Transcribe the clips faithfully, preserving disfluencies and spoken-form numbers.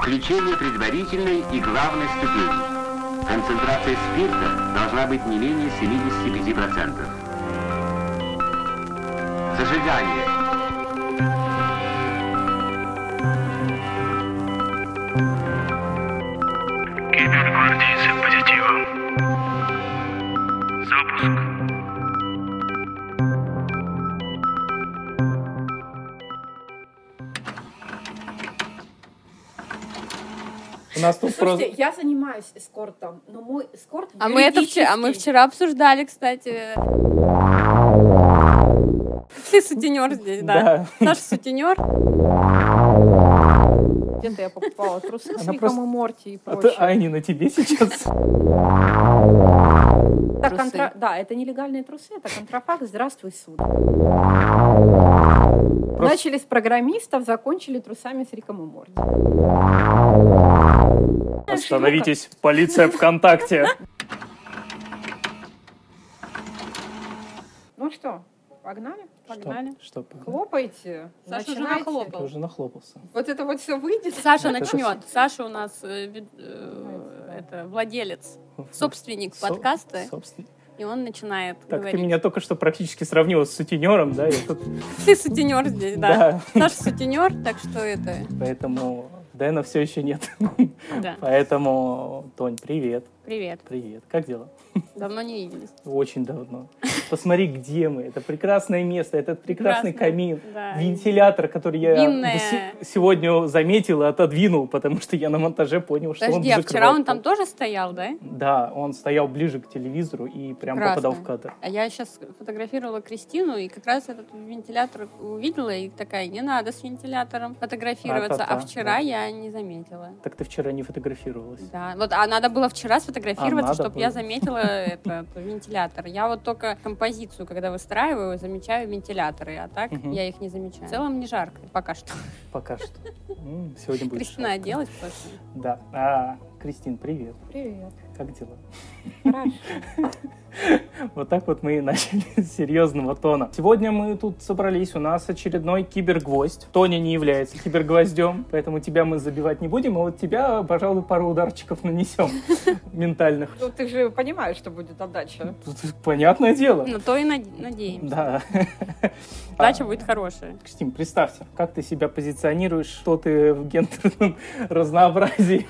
Включение предварительной и главной ступени. Концентрация спирта должна быть не менее семьдесят пять процентов. Зажигание. Кибергвардейцы позитивом. Запуск. У нас тут Слушайте, просто... я занимаюсь эскортом, но мой эскорт А мы это вчера, а мы вчера обсуждали, кстати. Ты сутенер здесь, да? Да. Саша сутенер. Где-то я покупала трусы с Она Риком просто- и Морти и А, ты, прочее. а они на тебе сейчас? Это Трусы. контра- Да, это нелегальные трусы, это контрафакт. Здравствуй, суд. Начали с программистов, закончили трусами с Риком и Морти. Остановитесь, полиция ВКонтакте. Ну что, погнали? Погнали. Что? Что? Хлопайте. Саша уже начинайте. нахлопал. Ты уже нахлопался. Вот это вот все выйдет. Саша Это начнет. Саша у нас э, вид- э, это владелец, собственник Со- подкаста, собственно. и он начинает Так, говорить. ты меня только что практически сравнила с сутенером, да? Я тут... Ты сутенер здесь, да? Да. Саша сутенер, так что это... Поэтому Дэна все еще нет. Да. Поэтому, Тонь, привет. Привет. Привет. Как дела? Давно не виделись. Очень давно. Посмотри, где мы. Это прекрасное место, этот прекрасный Прекрасное, камин, да. вентилятор, который я Винная. се- сегодня заметил и отодвинул, потому что я на монтаже понял, что Подожди, он а вчера закрывает он там пол. тоже стоял, да? Да, он стоял ближе к телевизору и прям Прекрасно. попадал в кадр. А я сейчас фотографировала Кристину, и как раз этот вентилятор увидела, и такая, не надо с вентилятором фотографироваться. А-та-та, А вчера да. я не заметила. Так ты вчера не фотографировалась. Да, вот, а надо было вчера сфотографироваться, А, надо чтобы я было. заметила этот вентилятор. Я вот только композицию, когда выстраиваю, замечаю вентиляторы, а так Мгм. я их не замечаю. В целом не жарко, пока что. Пока что. М, Сегодня будет Кристина жарко. оделась просто. Да. А, Кристин, привет. Привет. Как дела? Хорошо. Вот так вот мы и начали с серьезного тона. Сегодня мы тут собрались, у нас очередной кибергвоздь. Тоня не является кибергвоздем, поэтому тебя мы забивать не будем, а вот тебя, пожалуй, пару ударчиков нанесем ментальных. Ну, ты же понимаешь, что будет отдача. Тут понятное дело. На то и наде- надеемся. Да. Удача будет хорошая. Кристин, представься, как ты себя позиционируешь, что ты в гендерном разнообразии,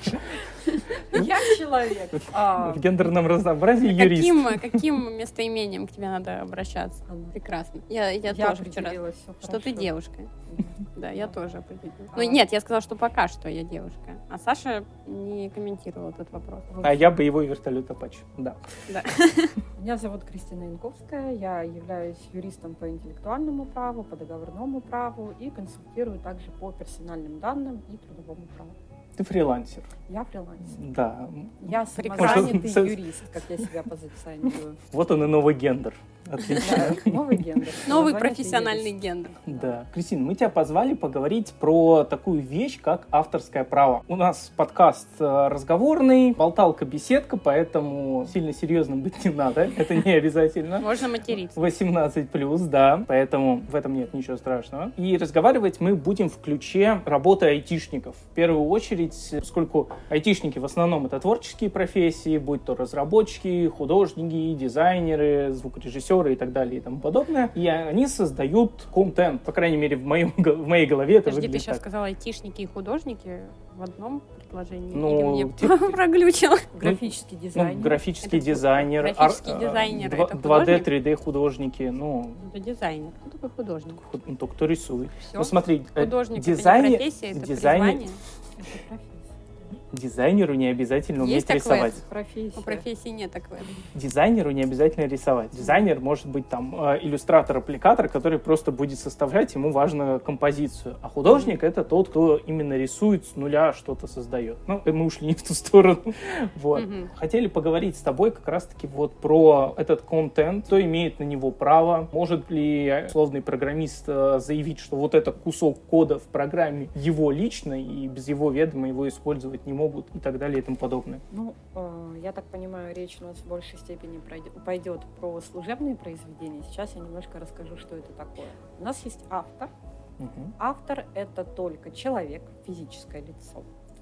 Я человек. А, в гендерном разнообразии юрист. Каким, каким местоимением к тебе надо обращаться? Прекрасно. Я, я, я тоже вчера. определилась, всё Что ты хорошо. девушка. Да, я тоже определилась. А. Ну нет, я сказала, что пока что я девушка. А Саша не комментировала этот вопрос. А я боевой вертолет Апач. Да. Да. Меня зовут Кристина Янковская, я являюсь юристом по интеллектуальному праву, по договорному праву и консультирую также по персональным данным и трудовому праву. Ты фрилансер. Я фрилансер. Да. Я Прекрасно. самозанятый Может, юрист, как я себя позиционирую. Вот он и новый гендер. Отлично. Да, новый гендер. Новый Самозанятый профессиональный юрист. гендер. Да. Кристина, мы тебя позвали поговорить про такую вещь, как авторское право. У нас подкаст э, разговорный, болталка-беседка, поэтому сильно серьезным быть не надо. Это не обязательно. Можно материться. восемнадцать плюс, да, поэтому в этом нет ничего страшного. И разговаривать мы будем в ключе работы айтишников. В первую очередь, поскольку айтишники в основном это творческие профессии, будь то разработчики, художники, дизайнеры, звукорежиссеры и так далее и тому подобное. И они создают контент. По крайней мере, в, моем, в моей голове это Подожди, ты выглядит сейчас так. сказала айтишники и художники в одном предложении? Ну, Или мне типа- проглючило? Графический Ну, дизайнер. графический Это дизайнер, графический ар- дизайнер, два- это два дэ, художник? три дэ художники, ну, Это дизайнер. Кто такой художник? худ- ну, то, кто рисует. Всё. Ну, смотри, э, Художник дизайнер- это не профессия, это дизайнер- призвание. Это профессия. Дизайнеру не обязательно уметь Есть такое? рисовать. Профессия. У профессии нет такого. Дизайнеру не обязательно рисовать. Дизайнер может быть там э, иллюстратор-аппликатор, который просто будет составлять, ему важно композицию. А художник — это тот, кто именно рисует с нуля, что-то создает. Ну, мы ушли не в ту сторону. Вот. Мгм. Хотели поговорить с тобой как раз-таки вот про этот контент, кто имеет на него право, может ли условный программист э, заявить, что вот этот кусок кода в программе его лично, и без его ведома его использовать не могут, и так далее и тому подобное. Ну, э, я так понимаю, речь у нас в большей степени пройдет, пойдет про служебные произведения. Сейчас я немножко расскажу, что это такое. У нас есть автор. Мгм. Автор — это только человек, физическое лицо.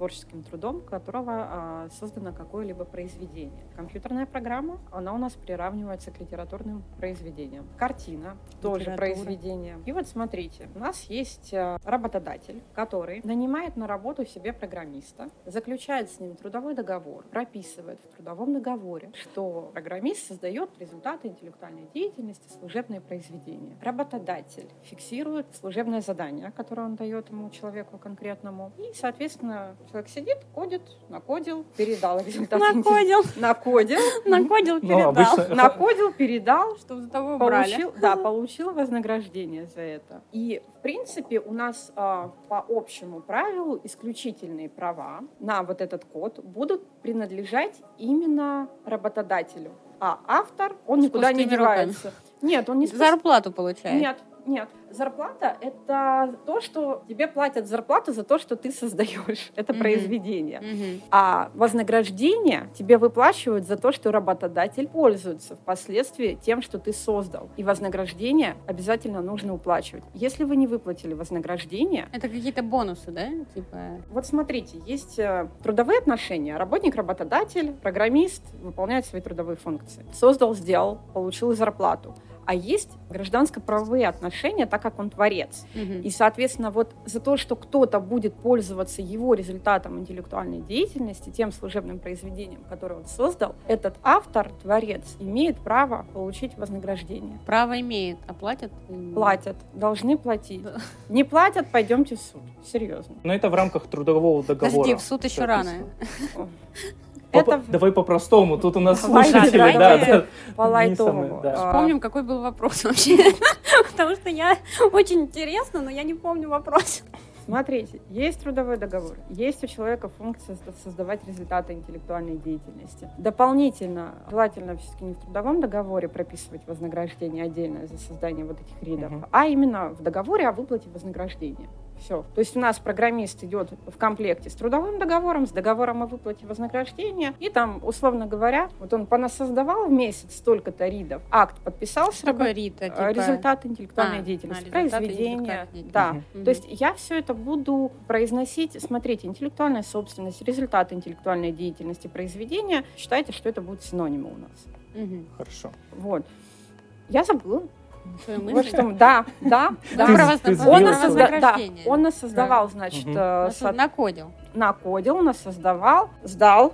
творческим трудом, которого а, создано какое-либо произведение. Компьютерная программа, она у нас приравнивается к литературным произведениям. Картина, тоже Литература. произведение. И вот смотрите, у нас есть а, работодатель, который нанимает на работу себе программиста, заключает с ним трудовой договор, прописывает в трудовом договоре, что программист создает результаты интеллектуальной деятельности, служебные произведения. Работодатель фиксирует служебное задание, которое он дает ему человеку конкретному. И, соответственно, человек сидит, кодит, накодил, передал результат. Накодил. Накодил. Накодил, Ну, передал. обычно- Накодил, передал. Чтобы за того брали. Получил, да, получил вознаграждение за это. И, в принципе, у нас а, по общему правилу исключительные права на вот этот код будут принадлежать именно работодателю. А автор, он С никуда не пустыми руками. девается. Нет, он не с Зарплату получает. Нет, нет. Зарплата — это то, что тебе платят зарплату за то, что ты создаешь это Мгм. произведение. Мгм. А вознаграждение тебе выплачивают за то, что работодатель пользуется впоследствии тем, что ты создал. И вознаграждение обязательно нужно уплачивать. Если вы не выплатили вознаграждение, Это какие-то бонусы, да? Типа. вот смотрите, есть э, трудовые отношения. Работник-работодатель, программист выполняет свои трудовые функции. Создал, сделал, получил зарплату. А есть гражданско-правовые отношения, так как он творец. Мгм. И, соответственно, вот за то, что кто-то будет пользоваться его результатом интеллектуальной деятельности, тем служебным произведением, которое он создал, этот автор, творец, имеет право получить вознаграждение. Право имеет, а платят? Платят, должны платить. Да. Не платят, пойдемте в суд. Серьезно. Но это в рамках трудового договора. Подожди, в суд еще рано. соответственно. По- Это... Это Давай по-простому, тут у нас Давай, слушатели, давайте да, да. по Не лайтовому. самое, да. А, Помним, какой был вопрос вообще. Потому что я очень интересно, но я не помню вопрос. Смотрите, есть трудовой договор, есть у человека функция созда- создавать результаты интеллектуальной деятельности. Дополнительно, желательно все-таки не в трудовом договоре прописывать вознаграждение отдельно за создание вот этих ридов, Мгм. а именно в договоре о выплате вознаграждения. Все. То есть у нас программист идет в комплекте с трудовым договором, с договором о выплате вознаграждения, и там, условно говоря, вот он понасоздавал в месяц столько-то ридов, акт подписал с Что такое работ- Рита? э, Типа... результат интеллектуальной А, деятельности, а, результаты произведения. интеллектуальной Да. Мгм. То есть я все это буду произносить, смотрите, интеллектуальная собственность, результаты интеллектуальной деятельности, произведения, считайте, что это будут синонимы у нас. Мгм. Хорошо. Вот. Я забыла. Свою Вот мысль. что мы- Да, да, да. Про Ты возна- сбила про Он, свою- нас созда- да, вознаграждение. он нас создавал, значит, Мгм. э, Нас со- накодил. накодил, нас создавал, сдал,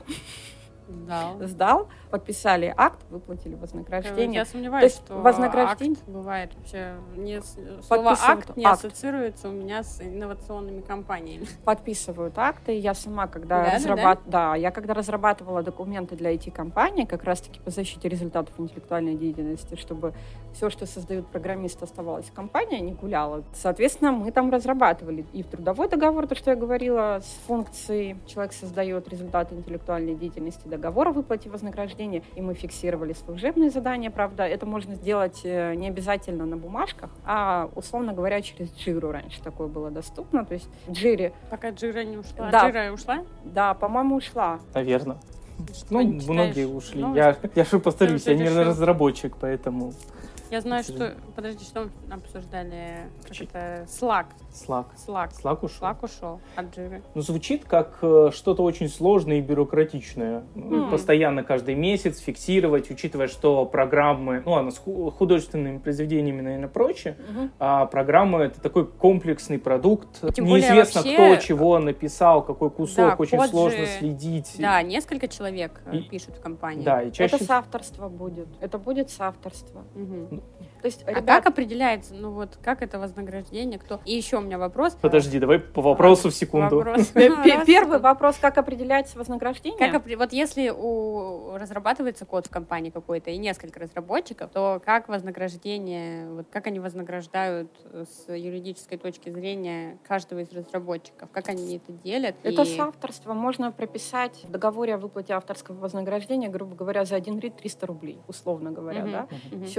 Да. сдал, подписали акт, выплатили вознаграждение. Я сомневаюсь, То есть что вознаграждение- акт бывает вообще... Не, с- слово Подписывают акт не акт. ассоциируется у меня с инновационными компаниями. Подписывают акты. Я сама, когда Да, да, разрабат... да, я когда разрабатывала документы для ай ти-компании, как раз-таки по защите результатов интеллектуальной деятельности, чтобы все, что создают программисты, оставалось в компании, не гуляло. Соответственно, мы там разрабатывали и в трудовой договор, то, что я говорила, с функцией человек создает результаты интеллектуальной деятельности, договор о выплате вознаграждения, и мы фиксировали служебные задания. Правда, это можно сделать э, не обязательно на бумажках, а, условно говоря, через Джиру раньше такое было доступно. То есть в Джире, Пока Джира не ушла. Да. Джира ушла? да, по-моему, ушла. Наверное. Что, Ну, не читаешь многие ушли. новости? Я, я же повторюсь, Ты я не решил? разработчик, поэтому Я знаю, К что... Подожди, что мы обсуждали? Как это? Slack. Slack. Slack. Slack ушел. Slack ушел от Джиры. Ну, звучит как э, что-то очень сложное и бюрократичное. Ну, Мгм. Постоянно каждый месяц фиксировать, учитывая, что программы, ну, ладно, с ху- художественными произведениями, наверное, проще, а программа — это такой комплексный продукт. Тем более Неизвестно, вообще- кто чего написал, какой кусок, Да, очень код сложно же- следить. Да, несколько человек э, И- пишут в компании. Да, и чаще Это соавторство будет. Это будет соавторство. Мгм. То есть, А ребят, как определяется, ну вот, как это вознаграждение, кто... И еще у меня вопрос. Подожди, давай по вопросу в секунду. Вопрос. пе- Раз, пе- первый секунду. вопрос, как определяется вознаграждение? Как опре- вот если у разрабатывается код в компании какой-то и несколько разработчиков, то как вознаграждение, вот как они вознаграждают э, с юридической точки зрения каждого из разработчиков, как они это делят? Это и- соавторство можно прописать в договоре о выплате авторского вознаграждения, грубо говоря, за один рид триста рублей, условно говоря, Мгм. да? Мгм. Все, чтобы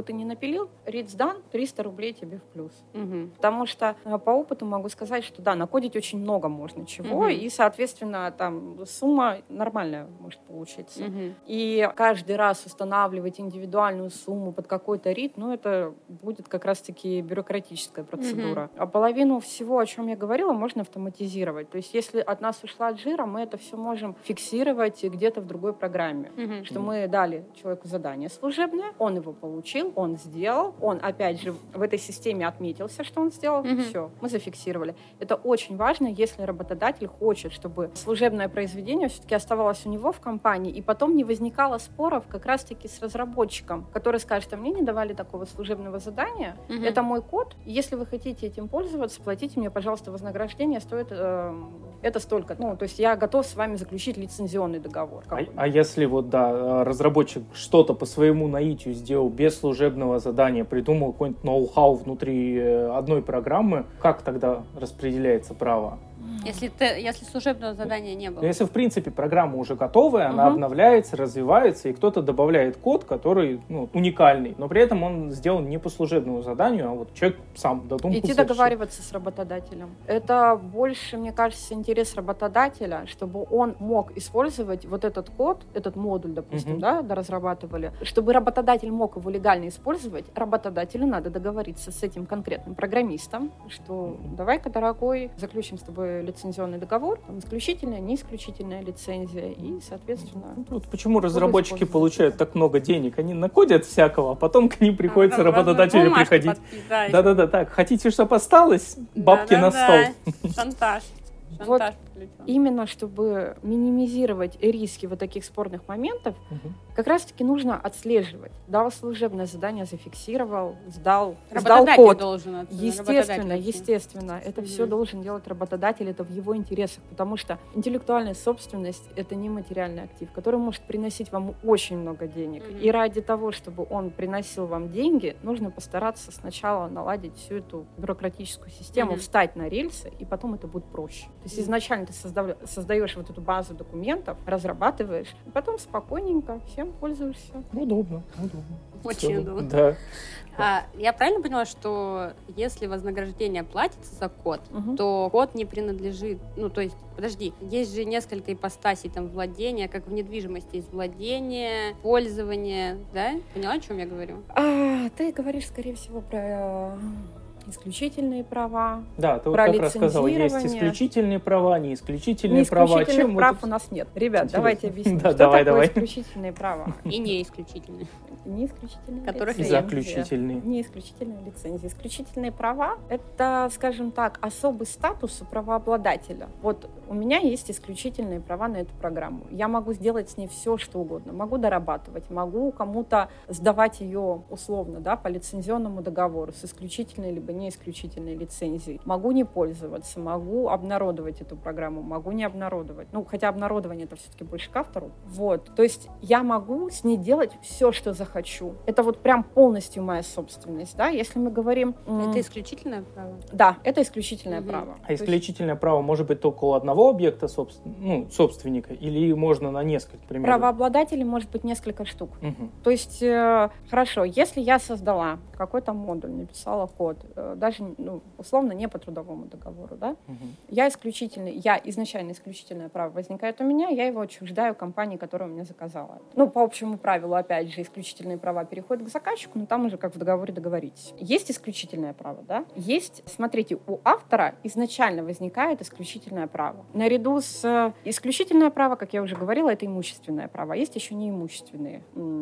ты не напилил, рид сдан, триста рублей тебе в плюс. Мгм. Потому что э, по опыту могу сказать, что да, накодить очень много можно чего, Мгм. и, соответственно, там сумма нормальная может получиться. Мгм. И каждый раз устанавливать индивидуальную сумму под какой-то рит, ну, это будет как раз-таки бюрократическая процедура. А половину всего, о чем я говорила, можно автоматизировать. То есть если от нас ушла джира, мы это все можем фиксировать где-то в другой программе. Мгм. Что мы дали человеку задание служебное, он его получил, он сделал, он, опять же, в этой системе отметился, что он сделал, Мгм. все, мы зафиксировали. Это очень важно, если работодатель хочет, чтобы служебное произведение все-таки оставалось у него в компании, и потом не возникало споров как раз-таки с разработчиком, который скажет, а мне не давали такого служебного задания, Мгм. это мой код, если вы хотите этим пользоваться, платите мне, пожалуйста, вознаграждение, стоит э, это столько. Ну, то есть я готов с вами заключить лицензионный договор. А, какой-нибудь. а если вот, да, разработчик что-то по своему наитию сделал без служебного задания, придумал какой-нибудь ноу-хау внутри э, одной программы, как тогда распределяется право? Если, ты, если служебного задания не было. Если, в принципе, программа уже готовая, она Мгм. обновляется, развивается, и кто-то добавляет код, который ну, уникальный, но при этом он сделан не по служебному заданию, а вот человек сам додумался. Идти договариваться с работодателем. Это больше, мне кажется, интерес работодателя, чтобы он мог использовать вот этот код, этот модуль, допустим, Мгм. да, разрабатывали, чтобы работодатель мог его легально использовать, работодателю надо договориться с этим конкретным программистом, что давай-ка, дорогой, заключим с тобой лицензионный договор, там, исключительная, не исключительная лицензия, и, соответственно... Вот почему разработчики использовать получают это. так много денег? Они накодят всякого, а потом к ним приходится А, потом работодателю разные бумажки приходить. подписать, да, Да-да-да, так, хотите, чтобы осталось? Бабки на Да-да-да. стол. Шантаж. Вот Шантаж подключен. Именно чтобы минимизировать риски вот таких спорных моментов, Мгм. как раз-таки нужно отслеживать. Дал служебное задание, зафиксировал, сдал, сдал Работодатель код. должен это- Естественно, работодатель. естественно. Это Мгм. все должен делать работодатель, это в его интересах, потому что интеллектуальная собственность — это не материальный актив, который может приносить вам очень много денег. Мгм. И ради того, чтобы он приносил вам деньги, нужно постараться сначала наладить всю эту бюрократическую систему, Мгм. встать на рельсы, и потом это будет проще. То есть изначально ты создав- создаешь вот эту базу документов, разрабатываешь, и потом спокойненько всем пользуешься. Удобно, удобно. Очень В целом, удобно. Да. А, я правильно поняла, что если вознаграждение платится за код, Мгм. то код не принадлежит, ну, то есть, подожди, есть же несколько ипостасей, там, владения, как в недвижимости есть владение, пользование, да? Поняла, о чем я говорю? А, ты говоришь, скорее всего, про э, исключительные права. Да, ты вот Про как раз сказал, есть лицензирование. исключительные права, не исключительные права. Неисключительных Чем вот прав это- у нас нет. Ребят, Интересно. давайте объясним, Да, что давай, такое давай. исключительные права. И не исключительные. Не исключительные Которых лицензии. Заключительные. Не исключительные лицензии. Исключительные права — это, скажем так, особый статус у правообладателя. Вот у меня есть исключительные права на эту программу. Я могу сделать с ней все, что угодно. Могу дорабатывать, могу кому-то сдавать ее условно, да, по лицензионному договору с исключительной либо не исключительной лицензией. Могу не пользоваться, могу обнародовать эту программу, могу не обнародовать. Ну, хотя обнародование — это все-таки больше к автору. Вот. То есть я могу с ней делать все, что захочу. Это вот прям полностью моя собственность, да. Если мы говорим... м, Это исключительное право? Да, это исключительное Мгм. право. А То есть исключительное право может быть только у одного объекта, собствен- ну, собственника, или можно на несколько, к примеру? правообладателей может быть несколько штук. Мгм. То есть, э, хорошо, если я создала какой-то модуль, написала код, э, даже, ну, условно, не по трудовому договору, да, Мгм. я исключительный, я изначально исключительное право возникает у меня, я его отчуждаю компании, которая у меня заказала. Ну, по общему правилу, опять же, исключительные права переходят к заказчику, но там уже как в договоре договоритесь. Есть исключительное право, да? Есть, смотрите, у автора изначально возникает исключительное право. Наряду с э, исключительное право, как я уже говорила, это имущественное право. Есть еще неимущественные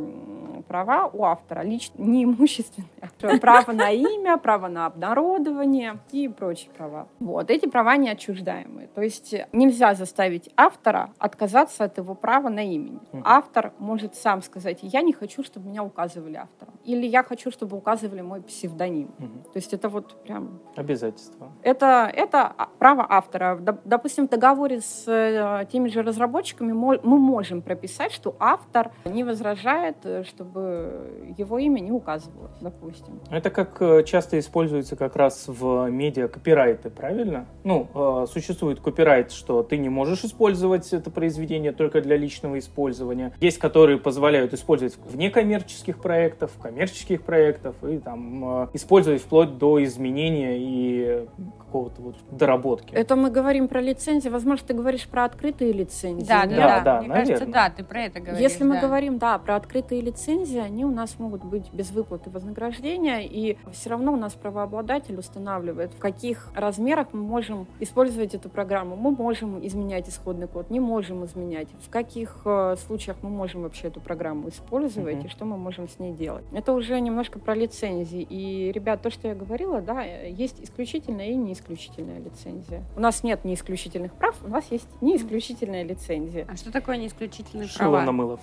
м, права у автора, лично неимущественные. Право на имя, право на обнародование и прочие права. Вот, эти права неотчуждаемые. То есть нельзя заставить автора отказаться от его права на имя. Мгм. Автор может сам сказать: я не хочу, чтобы меня указывали автором. Или я хочу, чтобы указывали мой псевдоним. Мгм. То есть это вот прям... Обязательства. Это, это а- право автора. Доп- Допустим, в договоре с э, теми же разработчиками мо- мы можем прописать, что автор не возражает, э, чтобы его имя не указывалось, допустим. Это как э, часто используется вписывается как раз в медиа-копирайты, правильно? Ну, э, существует копирайт, что ты не можешь использовать это произведение только для личного использования. Есть, которые позволяют использовать в некоммерческих проектах, в коммерческих проектах и там э, использовать вплоть до изменения и какого-то вот доработки. Это мы говорим про лицензии. Возможно, ты говоришь про открытые лицензии. Да, Да, да, да. да, Мне наверное. кажется, да, ты про это говоришь. Если мы да. говорим, да, про открытые лицензии, они у нас могут быть без выплаты вознаграждения, и все равно у нас правообладатель устанавливает, в каких размерах мы можем использовать эту программу. Мы можем изменять исходный код, не можем изменять. В каких э, случаях мы можем вообще эту программу использовать, Мгм. и что мы можем с ней делать. Это уже немножко про лицензии. И, ребят, то, что я говорила, да, есть исключительная и неисключительная лицензия. У нас нет неисключительных прав, у нас есть неисключительная лицензия. А что такое неисключительные Шило права? на мыло.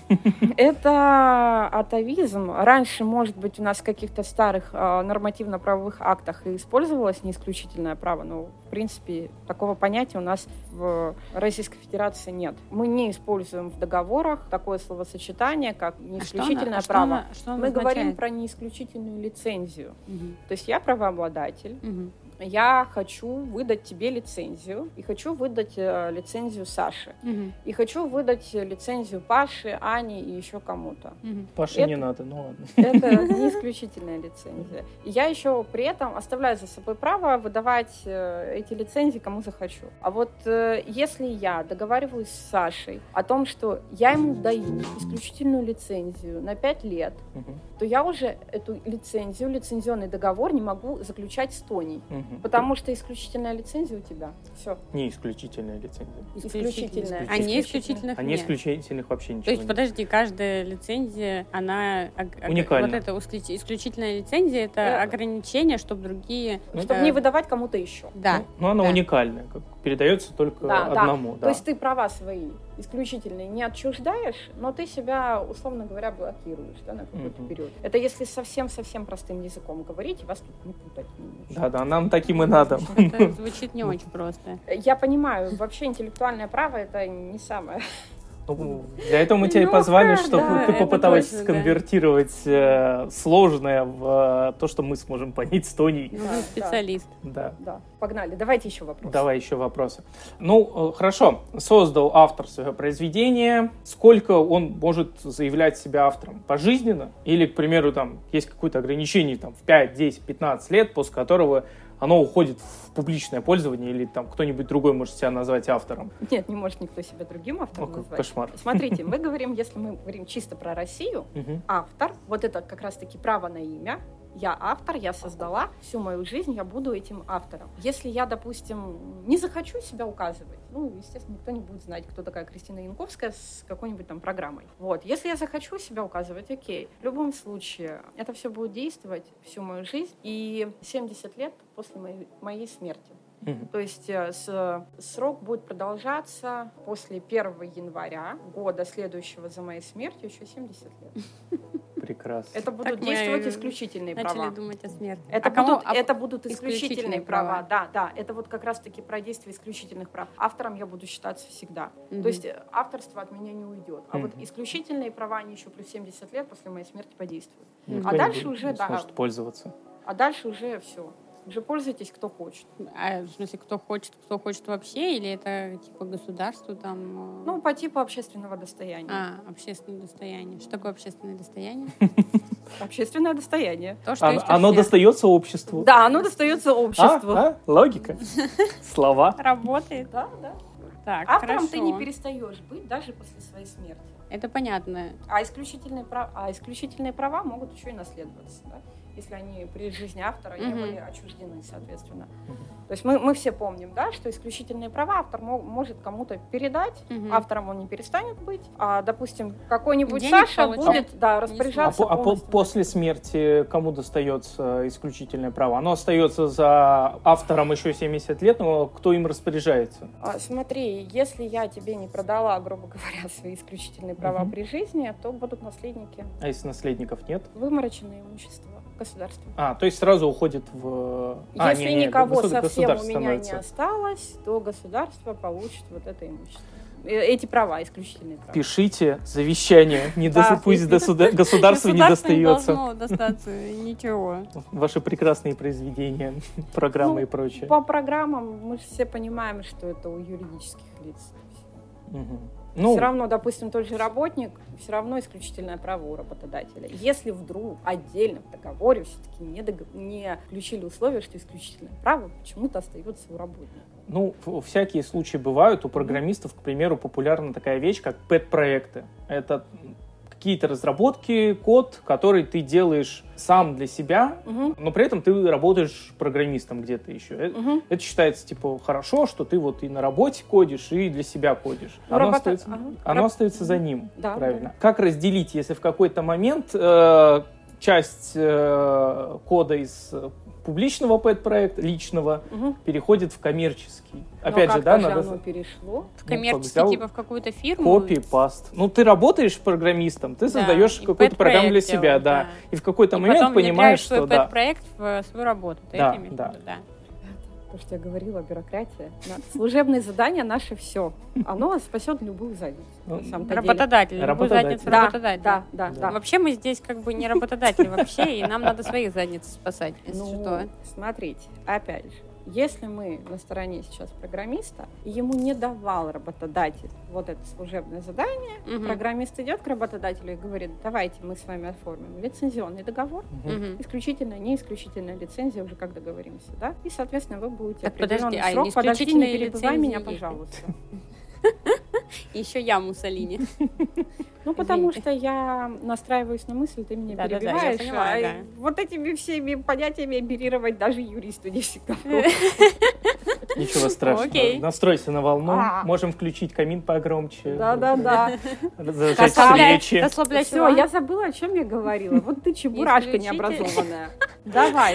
Это атовизм. Раньше, может быть, у нас в каких-то старых э, нормативно-правовых актах и использовалось неисключительное право, но, в принципе, такого понятия у нас в Российской Федерации нет. Мы не используем в договорах такое словосочетание, как А что неисключительное она- а что право. она- что оно Мы говорим означает? про неисключительную лицензию. Мгм. То есть я правообладатель, Мгм. я хочу выдать тебе лицензию, и хочу выдать э, лицензию Саше, Мгм. и хочу выдать лицензию Паше, Ане и еще кому-то. Мгм. Паше Это- не надо, ну ладно. Это не исключительная лицензия. И я еще при этом оставляю за собой право выдавать э, эти лицензии кому захочу. А вот э, если я договариваюсь с Сашей о том, что я ему даю исключительную лицензию на пять лет, Мгм. то я уже эту лицензию, лицензионный договор не могу заключать с Тоней. Мгм. Потому что исключительная лицензия у тебя. Все. Не исключительная лицензия. Исключительная. А не исключительных А не нет. исключительных вообще ничего То есть, нет. подожди, каждая лицензия, она... ог- ог- Уникальна. Вот это исключ- исключительная лицензия, это Э. ограничение, чтобы другие... Ну, Чтобы э, не выдавать кому-то еще. Да. Ну, но она да. уникальная, как передается только Да, да. одному. То есть ты права свои исключительные не отчуждаешь, но ты себя, условно говоря, блокируешь, да, на какой-то Мгм. период. Это если совсем-совсем простым языком говорить, и вас тут не путать не нужно. Да, да, нам таким и надо. Это звучит не очень просто. Я понимаю, вообще интеллектуальное право — это не самое. Ну, для этого мы тебя и Ну, позвали, да, чтобы да, ты это попыталась точно, да. сконвертировать э, сложное в э, то, что мы сможем понять с Тоней. Нужен да. специалист. Да. Да, погнали. Давайте еще вопрос. Давай еще вопросы. Ну, э, хорошо. Создал автор свое произведение. Сколько он может заявлять себя автором? Пожизненно? Или, к примеру, там есть какое-то ограничение там, в пять, десять, пятнадцать лет, после которого оно уходит в публичное пользование, или там кто-нибудь другой может себя назвать автором? Нет, не может никто себя другим автором О, как назвать. кошмар. Смотрите, мы говорим, если мы говорим чисто про Россию, Мгм. автор, вот это как раз-таки право на имя, я автор, я создала, всю мою жизнь я буду этим автором. Если я, допустим, не захочу себя указывать, ну, естественно, никто не будет знать, кто такая Кристина Янковская с какой-нибудь там программой. Вот, если я захочу себя указывать, окей. В любом случае, это все будет действовать всю мою жизнь и семьдесят лет после моей, моей смерти. Мгм. То есть э, с- срок будет продолжаться после первого января года, следующего за моей смертью, еще семьдесят лет. Прекрасно. Это будут Так мы действовать исключительные Начали права. думать о смерти. Это, А кому- будут, а это будут исключительные исключительные права. права? Да, да. Это вот как раз-таки про действие исключительных прав. Автором я буду считаться всегда. Мгм. То есть э, авторство от меня не уйдет. А вот Мгм. исключительные права, они еще плюс семьдесят лет после моей смерти подействуют. Никто А не дальше будет- уже, не да. сможет пользоваться. А дальше уже все. Уже пользуйтесь, кто хочет. А, в смысле, кто хочет, кто хочет вообще, или это типа государству там? э, Ну, по типу общественного достояния. А, общественное достояние. Что такое общественное достояние? Общественное достояние. То, что Оно, есть у оно всех. достается обществу. Да, оно достается А? обществу. А? Логика. Слова. Работает. Да, да. Так, Автором хорошо. ты не перестаешь быть даже после своей смерти. Это понятно. А исключительные, прав... а исключительные права могут еще и наследоваться, да? Если они при жизни автора не Мгм. были отчуждены, соответственно. Мгм. То есть мы, мы все помним, да, что исключительные права автор мо- может кому-то передать, Мгм. автором он не перестанет быть, а, допустим, какой-нибудь Денег Саша получать будет, да, А, распоряжаться по- а по- полностью. после смерти кому достается исключительное право? Оно остается за автором еще семьдесят лет, но кто им распоряжается? А, Смотри, если я тебе не продала, грубо говоря, свои исключительные права Мгм. при жизни, то будут наследники. А если наследников нет? Вымороченное имущество государства. А, то есть сразу уходит в... А, Если не, не, никого государ- совсем у государство меня не становится. осталось, то государство получит вот это имущество. эти права, исключительные права. Пишите завещание, не до- пусть до суда- государству не достается. Не должно достаться ничего. Ваши прекрасные произведения, программы Ну, и прочее. По программам мы же все понимаем, что это у юридических лиц. Мгм. Ну, Все равно, допустим, тот же работник, все равно исключительное право у работодателя. Если вдруг отдельно в договоре все-таки не, дог- не включили условия, что исключительное право почему-то остается у работника. ну, в- всякие случаи бывают. У программистов, к примеру, популярна такая вещь, как пэт-проекты. Это какие-то разработки, код, который ты делаешь сам для себя, Мгм. но при этом ты работаешь программистом где-то еще. Э- Мгм. Это считается, типа, хорошо, что ты вот и на работе кодишь, и для себя кодишь. Ну, Оно, работа- остается, ага. оно Раб- остается за ним, Да, правильно. Как разделить, если в какой-то момент э, часть э, кода из э, публичного пэт-проекта, личного, Мгм. переходит в коммерческий? Но Опять же, как да, же надо... оно перешло? В Ну, коммерческий, взял типа в какую-то фирму. Копи-паст. Ну, ты работаешь программистом, ты Да, создаешь и какую-то программу для пэт-проект себя, делаешь, да. да. И в какой-то И момент потом понимаешь, внедряешь свой что да. пэт-проект в свою работу. Ты Да, это имеешь в да. виду? Да. То, что я говорила, бюрократия. На- Служебные задания наше все. Оно спасет любую задницу. на самом-то деле. Работодатель. Любую Работодатель. задницу Да, работодателя. да, да, Да. да. Вообще мы здесь как бы не работодатели вообще, и нам надо своих задниц спасать, если Ну, что. смотрите, опять же, если мы на стороне сейчас программиста, и ему не давал работодатель вот это служебное задание, Мгм. программист идет к работодателю и говорит: давайте мы с вами оформим лицензионный договор, Мгм. Мгм. исключительная, не исключительная лицензия, уже как договоримся, да? И, соответственно, вы будете Так, подожди, определенный а срок, подожди, не исключительные перебивай меня, лицензии есть? пожалуйста. И еще я Муссолини. Ну, потому Извините. что я настраиваюсь на мысль, ты меня Да-да-да, я перебиваешь, понимаю, а да. вот этими всеми понятиями оперировать даже юристу не всегда. Ничего страшного. Окей. Настройся на волну. А. Можем включить камин погромче. Да-да-да. Зажечь Расслабляй, свечи. расслабляй Все, я забыла, о чем я говорила. Вот ты чебурашка Исключите. необразованная. Давай.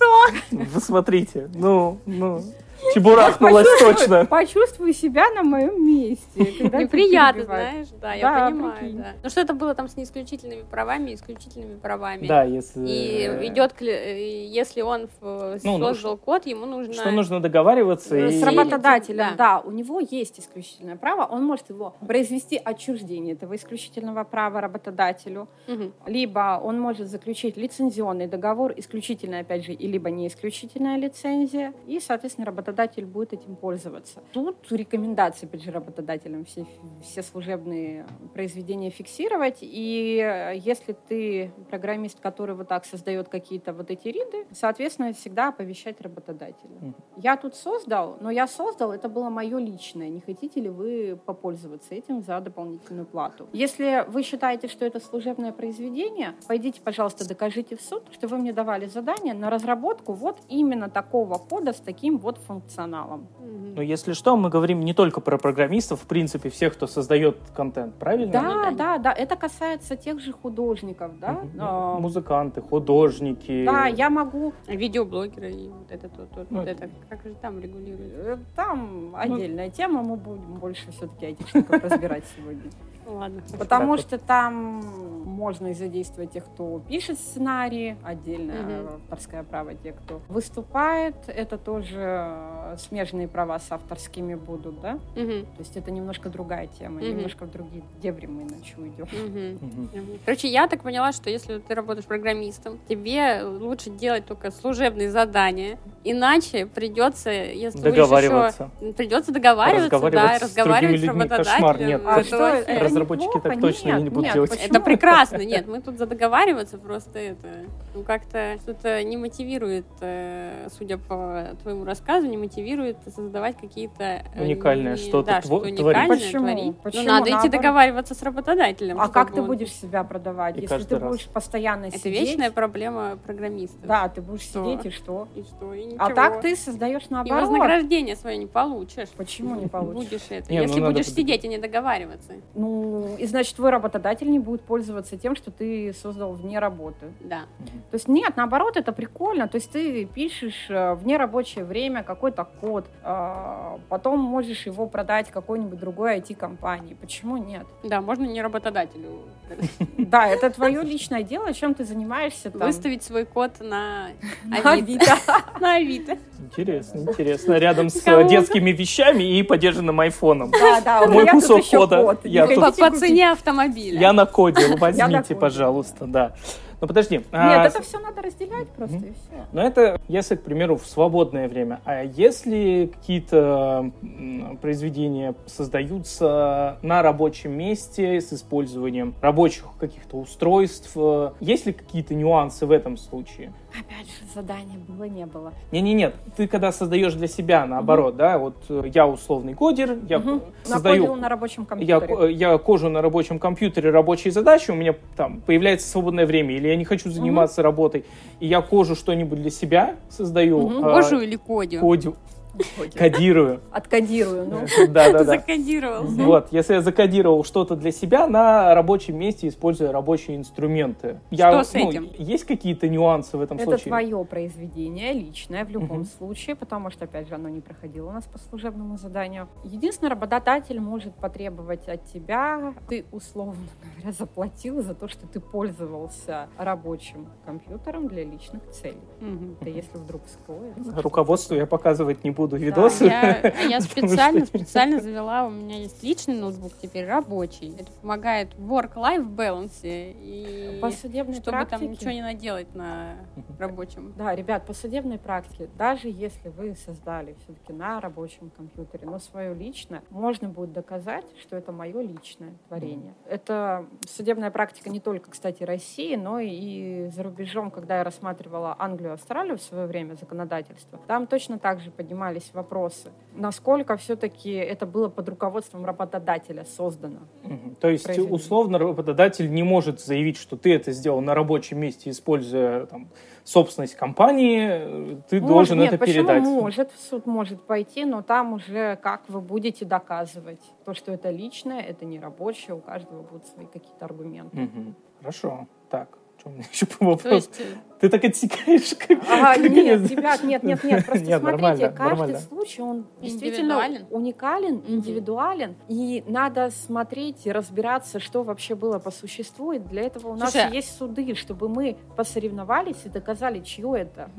Вы смотрите. Ну, ну. Чебурахнулась точно. Почувствуй себя на моем месте. когда ты Неприятно, перебиваешь. знаешь, да, Да, я понимаю, прикинь. да. Ну что это было там с неисключительными правами, исключительными правами. Да, если... И идет, к ли- э, если он в- Ну, ну, создал код, ему нужно... Что нужно договариваться С и... работодателем, Да. да, у него есть исключительное право, он может его произвести отчуждение этого исключительного права работодателю, Мгм. либо он может заключить лицензионный договор, исключительная, опять же, и либо не исключительная лицензия, и, соответственно, работодатель будет этим пользоваться. Тут рекомендации, опять же, работодателям все, все служебные произведения фиксировать, и э, если ты программист, который вот так создает какие-то вот эти риды, соответственно, всегда оповещать работодателя. Мгм. Я тут создал, но я создал, это было мое личное. Не хотите ли вы попользоваться этим за дополнительную плату? Если вы считаете, что это служебное произведение, пойдите, пожалуйста, докажите в суд, что вы мне давали задание на разработку вот именно такого кода с таким вот функционалом. Мгм. Ну, если что, мы говорим не только про программистов, в принципе, всех, кто создает контент, правильно? Да, Ну, да. да, да, это касается тех же художников, да. Мгм. А, Музыканты, художники. Да, я могу. Видеоблогеры и вот это, вот, вот, Ну, вот это. Как же там регулируют? э, Там отдельная тема, мы будем больше все-таки айтишников разбирать сегодня. Ну, ладно. хорошо. Потому Так что там можно и задействовать тех, кто пишет сценарии, отдельное Мгм. авторское право, те, кто выступает, это тоже э, смежные права с авторскими будут, да? Мгм. То есть это немножко другая тема, Мгм. немножко в другие дебри мы иначе уйдем. Мгм. Мгм. Мгм. Короче, я так поняла, что если ты работаешь программистом, тебе лучше делать только служебные задания, иначе придется, если вы Договариваться. еще придется договариваться, Разговаривать да, с разговаривать с другими людьми. работодателем. Кошмар, нет, Это А что, вообще- это Разработчики неплохо? так точно Нет, не будут нет, делать. почему? Это прекрасно, нет, мы тут за договариваться просто это, ну как-то что-то не мотивирует, э, судя по твоему рассказу, не мотивирует создавать какие-то э, Уникальное не- что-то да, тво- что творить. уникальное Почему? творить. Почему? Ну надо идти Наоборот. договариваться с работодателем. А как чтобы ты он- будешь себя продавать, И если каждый ты раз. будешь постоянно Это сидеть? вечная проблема программистов. Да, ты будешь Что? сидеть и что? И что, и А ничего. так ты создаешь И наоборот. вознаграждение свое не получишь. Почему не получишь? Будешь это. Не, ну если надо будешь под- сидеть и не договариваться. Ну, Ну, и значит, твой работодатель не будет пользоваться тем, что ты создал вне работы. Да. То есть нет, наоборот, это прикольно. То есть ты пишешь э, в нерабочее время какой-то код, э, потом можешь его продать какой-нибудь другой ай ти-компании. Почему нет? Да, можно не работодателю Да, это твое личное дело, чем ты занимаешься там. выставить свой код на На Авито. На Авито. Интересно, интересно. Рядом с Кому? э, детскими вещами и подержанным айфоном. Да, да, у Мой меня тут кусок еще кода. код. Я Не тут- По хотите по купить? цене автомобиля. Я накодил, Я возьмите, накодил. пожалуйста, да. Ну подожди. Нет, а, это все надо разделять просто, и все. Но это если, к примеру, в свободное время. А если какие-то м, произведения создаются на рабочем месте с использованием рабочих каких-то устройств, э, есть ли какие-то нюансы в этом случае? Опять же, задание было, не было. Не-не-нет, ты когда создаешь для себя, наоборот, да, вот э, я условный кодер, я Мгм. создаю... Накодил на рабочем Я, компьютере. я кожу на рабочем компьютере, рабочие задачи, у меня там появляется свободное время, или я не хочу заниматься работой, и я кожу что-нибудь для себя создаю, Мгм. а, Кожу или кодю? кодю, кодирую. Откодирую, ну. Да-да-да. Закодировался. Вот, если я закодировал что-то для себя на рабочем месте, используя рабочие инструменты. Я, Что с ну, этим? Есть какие-то нюансы в этом Это случае? твое произведение, личное, в любом Мгм. случае, потому что, опять же, оно не проходило у нас по служебному заданию. Единственный работодатель может потребовать от тебя, ты, условно говоря, заплатил за то, что ты пользовался рабочим компьютером для личных целей. Мгм. Это если вдруг вскроется. Руководству я показывать не буду видосы. Я, а я Потому специально, что- специально завела, у меня есть личный ноутбук, теперь рабочий. Это помогает в work-life balance и По судебной чтобы практике... там ничего не наделать на рабочем. Да, ребят, по судебной практике, даже если вы создали все-таки на рабочем компьютере, но свое личное, можно будет доказать, что это мое личное творение. Это судебная практика не только, кстати, России, но и за рубежом, когда я рассматривала Англию и Австралию в свое время, законодательство, там точно так же поднимались вопросы, насколько все-таки это было под руководством работодателя создано. Мгм. То есть, произведение. условно, работодатель не может заявить, что ты это сделал на рабочем месте, используя там, собственность компании, ты Может, должен нет, это почему передать. может, в суд может пойти, но там уже как вы будете доказывать то, что это личное, это не рабочее, у каждого будут свои какие-то аргументы. Мгм. Хорошо. Так, что у меня еще по То вопросу? есть, э, Ты так отсекаешь? Как... А, как нет, это? ребят, нет, нет, нет, просто Нет, смотрите, нормально, каждый нормально. случай, он действительно Индивидуален? уникален, Мгм. индивидуален, и надо смотреть и разбираться, что вообще было по существу, и для этого у нас Слушай, есть суды, чтобы мы посоревновались и доказали, чье это.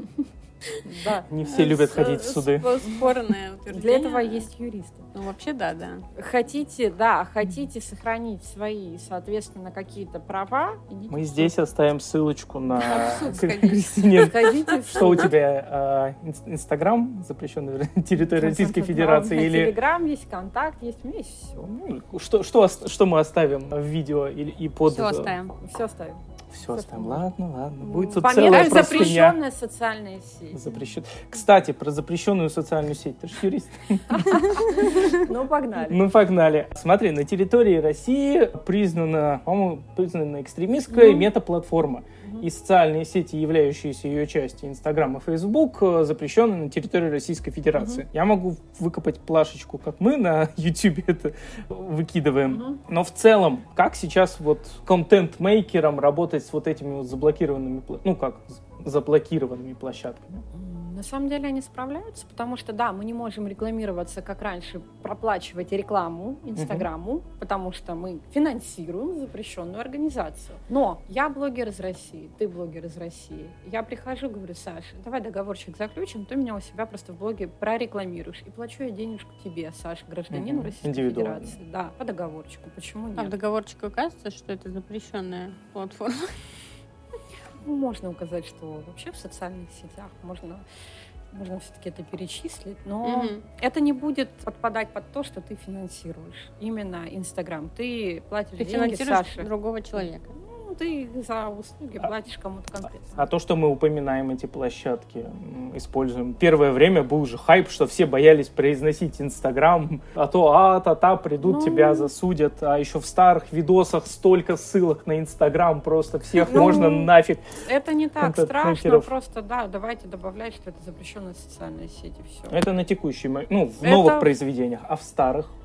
Да. Не все любят с- ходить в суды. спо- Спорное утверждение. Для этого есть юристы. Ну, вообще, да, да. Хотите, да, хотите сохранить свои, соответственно, какие-то права, идите Мы в суд. здесь оставим ссылочку на В суд сходить. Кристине. Сходите в Что у суд. тебя? а, ин- Инстаграм, запрещенный на территории Российской Федерации? Да, Или Телеграм есть, контакт есть, у меня есть все. ну, что, что, ос- что мы оставим в видео или, и под... Все оставим. Все оставим. Все оставим. Всё. Ладно, ладно. Будет тут Пометка целая простыня. запрещенная социальная сеть. Запрещен. Кстати, про запрещенную социальную сеть. Ты же юрист. Ну, погнали. Ну, погнали. Смотри, на территории России признана, по-моему, признана экстремистская Мгм. метаплатформа. И социальные сети, являющиеся ее частью, Инстаграм и Фейсбук, э, запрещены на территории Российской Федерации. Я могу выкопать плашечку, как мы на Ютубе это выкидываем. Мгм. Но в целом, как сейчас вот контент-мейкерам работать с вот этими вот заблокированными, пла- ну как, з- заблокированными площадками? М, На самом деле они справляются, потому что, да, мы не можем рекламироваться, как раньше, проплачивать рекламу Инстаграму, потому что мы финансируем запрещенную организацию. Но я блогер из России, ты блогер из России. Я прихожу, говорю: Саша, давай договорчик заключим, ты меня у себя просто в блоге прорекламируешь. И плачу я денежку тебе, Саша, гражданину Мгм. Российской Индивидуально. Федерации. Да, по договорчику. Почему А в нет? договорчике указывается, что это запрещенная платформа. Ну, можно указать, что вообще в социальных сетях можно, можно все-таки это перечислить, но Мгм. это не будет подпадать под то, что ты финансируешь. Именно Инстаграм. Ты платишь Ты деньги финансируешь Саше. другого человека. Ну, ты за услуги А- платишь кому-то конкретно. А то, что мы упоминаем эти площадки, м, используем. Первое время был же хайп, что все боялись произносить Инстаграм, а то а-та-та, придут, Ну. тебя засудят. А еще в старых видосах столько ссылок на Инстаграм, просто всех Ну. можно нафиг. Это не так контент-мейкеров. страшно, просто, да, давайте добавлять, что это запрещенная социальная сеть, и все. Это на текущий момент, ну, в Это- новых произведениях. А в старых?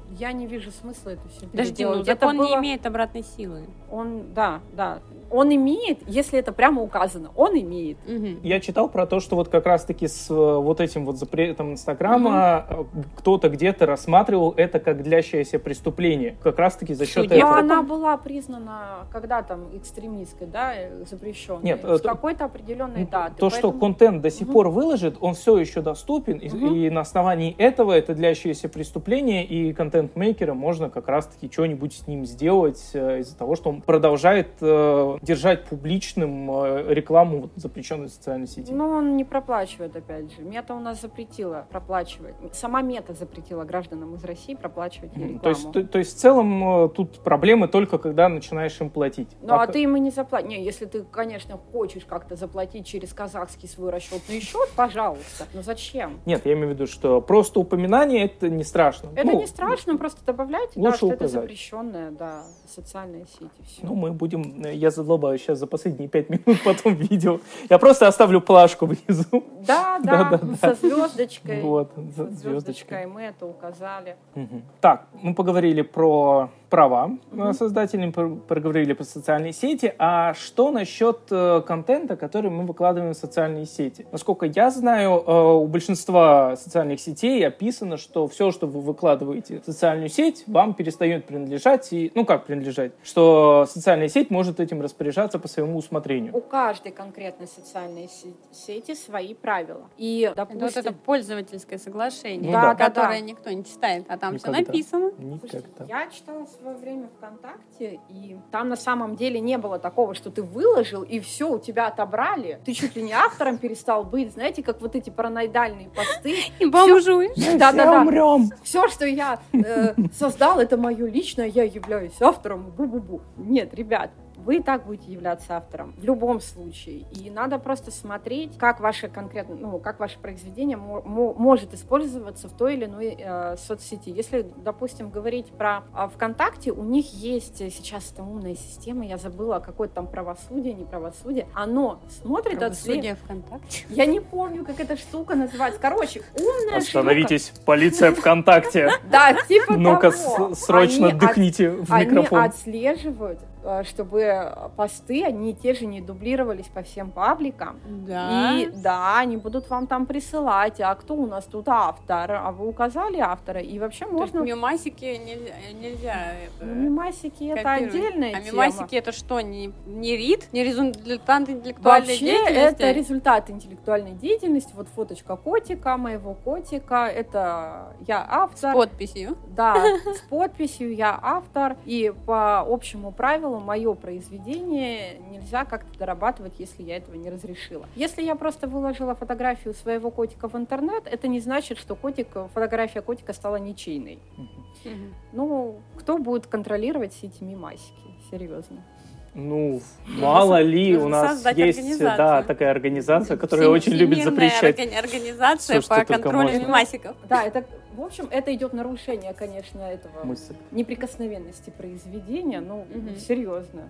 Я не вижу смысла это все Подожди, делать. ну Это закон было- не имеет обратной силы. Он, да, да. Он имеет, если это прямо указано, он имеет. Мгм. Я читал про то, что вот как раз-таки с э, вот этим вот запретом Инстаграма э, кто-то где-то рассматривал это как длящееся преступление. Как раз-таки за счет Судья. Но этого. она была признана, когда там, экстремистской, да, э, запрещенной. Нет, с это- какой-то определенной даты. То, что Поэтому- контент до сих Мгм. пор выложит, он все еще доступен, и- Мгм. и на основании этого это длящееся преступление, и контент-мейкера можно как раз-таки что-нибудь с ним сделать э, из-за того, что он продолжает э, держать публичным э, рекламу вот, запрещенной социальной сети. Но он не проплачивает, опять же. Мета у нас запретила проплачивать. Сама Мета запретила гражданам из России проплачивать ей Мгм. рекламу. То есть, то, то есть в целом э, тут проблемы только когда начинаешь им платить. Ну, а Пока- ты ему не заплатишь. Не, если ты, конечно, хочешь как-то заплатить через казахский свой расчетный счет, пожалуйста. Но зачем? Нет, я имею в виду, что просто упоминание это не страшно. Это Ну, не страшно, просто добавляйте, да, лучше что это указать. запрещенная, да, социальная сеть. И все. Ну, мы будем... Я задолбаю сейчас за последние пять минут потом видео. Я просто оставлю плашку внизу. Да, Да, да, да, да. со звездочкой. Вот, Со за- звездочкой звездочкой. мы это указали. Мгм. Так, мы поговорили про права Мгм. создателям, про- проговорили про социальные сети. А что насчет э, контента, который мы выкладываем в социальные сети? Насколько я знаю, э, у большинства социальных сетей описано, что все, что вы выкладываете в социальную сеть, вам перестает принадлежать. И, ну, как принадлежать? Что социальная сеть может этим распоряжаться по своему усмотрению. У каждой конкретной социальной се- сети свои правила. И, Это вот допустим, это пользовательское соглашение, Ну да. которое Да, да. никто не читает, а там все Никогда. написано. Никогда. я читала в свое время ВКонтакте, и там на самом деле не было такого, что ты выложил, и все, у тебя отобрали. Ты чуть ли не автором перестал быть. Знаете, как вот эти параноидальные посты. И бомжуешь. Да-да-да. умрем! Все, что я э, создал, это мое личное, я являюсь автором. Бу-бу-бу. Нет, ребят, вы и так будете являться автором в любом случае. И надо просто смотреть, как ваше конкретно, ну, как ваше произведение мо- мо- может использоваться в той или иной э, соцсети. Если, допустим, говорить про э, ВКонтакте, у них есть э, сейчас там умная система, я забыла, какое-то там правосудие, не правосудие. Оно смотрит, отслеживает. Правосудие ВКонтакте. Я не помню, как эта штука называется. Короче, умная Остановитесь, полиция ВКонтакте! штука. Да, типа Ну-ка, того. с- срочно Они дыхните в Они микрофон. отслеживают, э, чтобы посты, они те же не дублировались по всем пабликам. Да. И да, они будут вам там присылать, а кто у нас тут автор, а вы указали автора, и вообще То есть можно... мемасики нельзя, нельзя это Ну, мемасики это копировать. отдельная А тема. мемасики это что, не, не рид, не результат интеллектуальной Вообще деятельности? это результат интеллектуальной деятельности. Вот фоточка котика, моего котика, это я С автор. подписью. Да, с подписью я автор, и по общему правилу мое произведение нельзя как-то дорабатывать, если я этого не разрешила. Если я просто выложила фотографию своего котика в интернет, это не значит, что котик, фотография котика стала ничейной. Мгм. Ну, кто будет контролировать все эти мемасики? Серьезно. Ну, мало ли, нужно у нас создать есть, организацию. да, такая организация, которая очень любит Всемирная запрещать. органи- организация всё, по что только контролю можно. мемасиков. Да, это, в общем, это идет нарушение, конечно, этого мысль. неприкосновенности произведения, ну, Мгм. серьезно.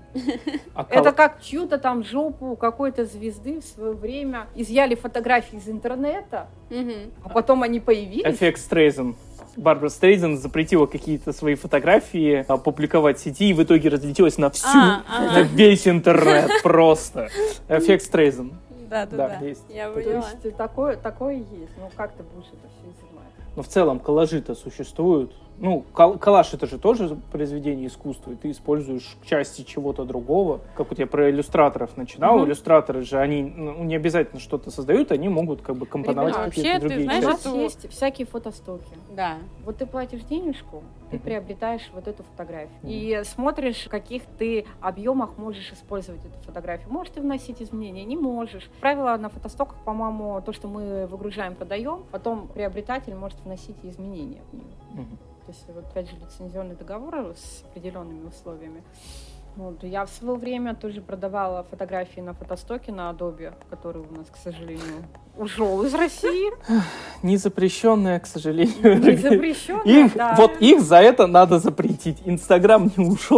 А Это кол- как чью-то там жопу у какой-то звезды в свое время изъяли фотографии из интернета, Мгм. а потом они появились. Эффект Стрейзен. Барбара Стрейзен запретила какие-то свои фотографии а, публиковать в сети, и в итоге разлетелась на всю, А, ага. на весь интернет просто. Эффект Стрейзен. Да, да, Да, да. есть. Я То поняла. есть такое, такое есть. Ну как ты будешь это все изымать? Но в целом коллажи-то существуют. Ну, кол- коллаж это же тоже произведение искусства, и ты используешь части чего-то другого. Как вот я про иллюстраторов начинал. Мгм. Иллюстраторы же, они ну, не обязательно что-то создают, они могут как бы компоновать Ребята, какие-то вообще, ты другие знаешь, У части. нас что- есть всякие фотостоки. Да. Вот ты платишь денежку, ты Мгм. приобретаешь вот эту фотографию. Мгм. И смотришь, в каких ты объемах можешь использовать эту фотографию. Можешь ты вносить изменения, не можешь. Правило на фотостоках, по-моему, то, что мы выгружаем, продаем, потом приобретатель может вносить и изменения в нее. Мгм. То есть, вот, опять же, лицензионный договор с определенными условиями. Вот. Я в свое время тоже продавала фотографии на фотостоке на Adobe, который у нас, к сожалению, ушел из России. Не запрещенное, к сожалению. Не запрещенное, Их, да. Вот их за это надо запретить. Инстаграм не ушел,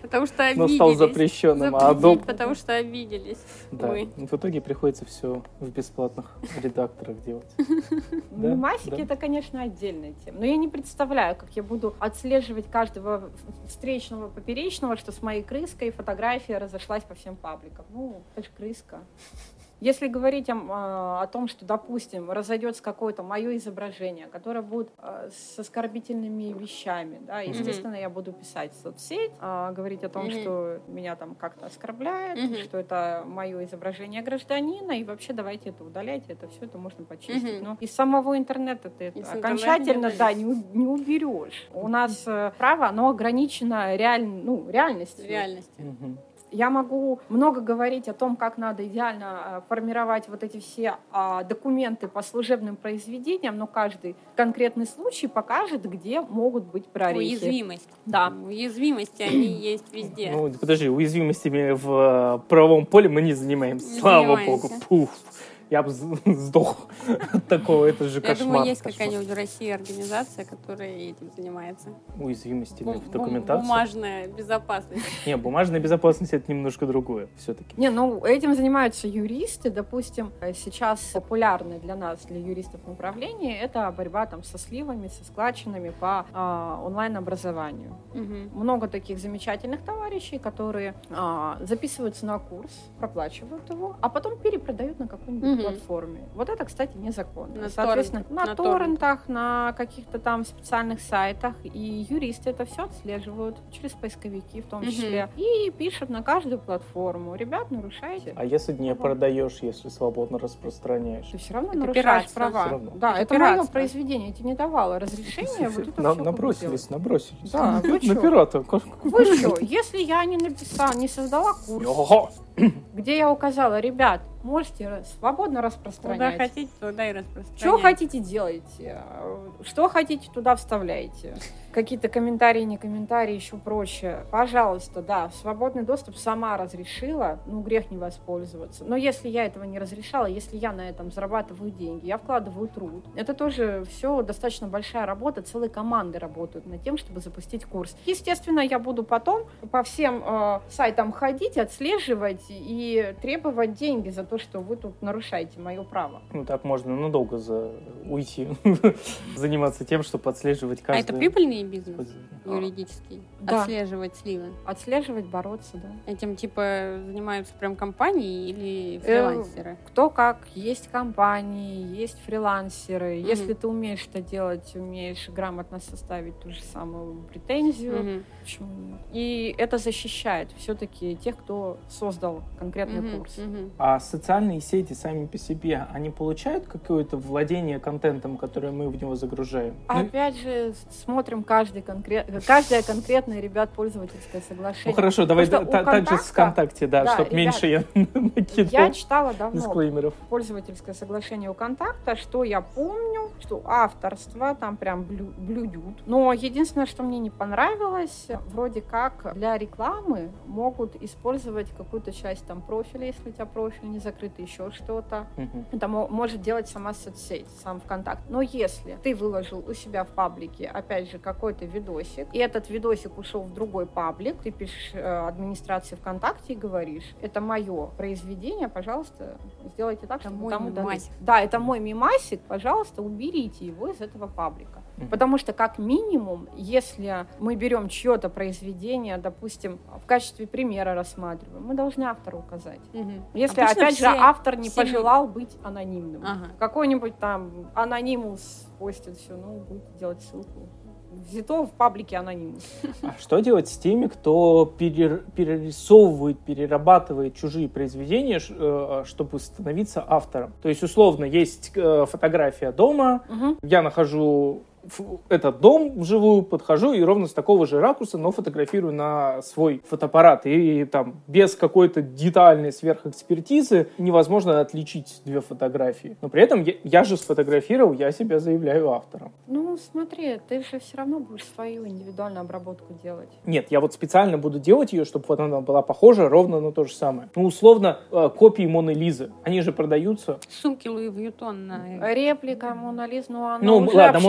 Потому что но обиделись. стал запрещенным. А Запретить, Adobe... потому что обиделись. Да. Ой. В итоге приходится все в бесплатных редакторах делать. Да? Мемасики Да. это, конечно, отдельная тема. Но я не представляю, как я буду отслеживать каждого встречного, поперечного, что с моей крыской фотография разошлась по всем пабликам. Ну, это же крыска. Если говорить о, о том, что, допустим, разойдется какое-то мое изображение, которое будет э, с оскорбительными вещами, да, естественно, mm-hmm. я буду писать в соцсеть, э, говорить о том, mm-hmm. что меня там как-то оскорбляет, mm-hmm. что это мое изображение гражданина, и вообще давайте это удалять, это все это можно почистить. Mm-hmm. Но из самого интернета ты это окончательно да, не, не уберешь. У нас э, право, оно ограничено реаль, ну, реальностью. Реальностью. Мгм. Я могу много говорить о том, как надо идеально формировать вот эти все а, документы по служебным произведениям, но каждый конкретный случай покажет, где могут быть прорехи. Уязвимость. Да. Уязвимости, они есть везде. Ну, подожди, уязвимостями в э, правовом поле мы не занимаемся. Не Слава занимаемся. богу. Пух. Я бы сдох от такого, это же Я кошмар. думаю, есть кошмар. какая-нибудь в России организация, которая этим занимается. Уязвимостями Бу- в бу- документации. Бумажная безопасность. Не, бумажная безопасность это немножко другое все-таки. Не, ну этим занимаются юристы. Допустим, сейчас популярное для нас, для юристов направление, это борьба там со сливами, со складчинами по а, онлайн-образованию. Мгм. Много таких замечательных товарищей, которые а, записываются на курс, проплачивают его, а потом перепродают на какой-нибудь Мгм. платформе. Вот это, кстати, незаконно. На Соответственно, торрентах. на, На торрентах, на каких-то там специальных сайтах, и юристы это все отслеживают через поисковики в том Мгм. числе, и пишут на каждую платформу: ребят, нарушайте. А если не продаешь, если свободно распространяешь? Ты все равно Это нарушаешь пиратство. права. Всё равно. Да, Это это, мое пиратство. произведение, я тебе не давала разрешения. Вот это На- всё набросились, набросились. Да, вы на чё? пирата. Как- Вы что, если я не написала, не создала курс, Ого! где я указала: ребят, можете ра- свободно Куда распространять. хотите, туда и распространяйте. Что хотите, делайте. Что хотите, туда вставляйте. Какие-то комментарии, не комментарии, еще прочее. Пожалуйста, да, свободный доступ сама разрешила, ну, грех не воспользоваться. Но если я этого не разрешала, если я на этом зарабатываю деньги, я вкладываю труд, это тоже все достаточно большая работа, целые команды работают над тем, чтобы запустить курс. Естественно, я буду потом по всем э, сайтам ходить, отслеживать и требовать деньги за то, что вы тут нарушаете мое право. Ну, так можно надолго за... уйти. Заниматься тем, чтобы отслеживать А каждый... это прибыльный бизнес А. юридический? Да. Отслеживать сливы? Отслеживать, бороться, да. Этим типа занимаются прям компании или Э, фрилансеры? Кто как. Есть компании, есть фрилансеры. Мгм. Если ты умеешь это делать, умеешь грамотно составить ту же самую претензию, Мгм. почему нет? И это защищает все-таки тех, кто создал конкретный Мгм. курс. Мгм. А социальные сети сами по себе, они получают какое-то владение контентом, который мы в него загружаем? Ну, Опять же, с- смотрим каждый конкрет... каждое конкретное, ребят, пользовательское соглашение. ну хорошо, давай Потому да- что у та- так же с ВКонтакте, да, да, чтобы ребят, меньше я накидал Я читала давно дисклеймеров. пользовательское соглашение у Контакта, что я помню, что авторство там прям блю- блюдют. Но единственное, что мне не понравилось, вроде как для рекламы могут использовать какую-то часть там профиля, если у тебя профиль не закрыт, еще что-то. Мгм. Это мо- может делать сама соцсеть, сам ВКонтакт. Но если ты выложил у себя в паблике, опять же, какой-то видосик, и этот видосик ушел в другой паблик, ты пишешь э, администрации ВКонтакте и говоришь: это мое произведение, пожалуйста, сделайте так, Это чтобы мой там удалили. мемасик. Да, это мой мемасик, пожалуйста, уберите его из этого паблика. Мгм. Потому что, как минимум, если мы берем чье-то произведение, допустим, в качестве примера рассматриваем, мы должны автора указать. Мгм. Если, Обычно опять все- же, автор не все- пожелал быть анонимным. Ага. Какой-нибудь там анонимус постит все, ну, будет делать ссылку. Взято в паблике анонимус. А что делать с теми, кто перер- перерисовывает, перерабатывает чужие произведения, ш- э, чтобы становиться автором? То есть, условно, есть э, фотография дома, Мгм. я нахожу ф- этот дом вживую, подхожу и ровно с такого же ракурса, но фотографирую на свой фотоаппарат. И, там без какой-то детальной сверхэкспертизы невозможно отличить две фотографии. Но при этом я, я же сфотографировал, я себя заявляю автором. Ну, смотри, ты же все равно будешь свою индивидуальную обработку делать. Нет, я вот специально буду делать ее, чтобы вот она была похожа ровно на то же самое. Ну, условно, э, копии Моны Лизы. Они же продаются. Сумки Луи Вьютон на... Реплика, Мона Лиза, ну, она Ну, уже ладно, Мона- общественная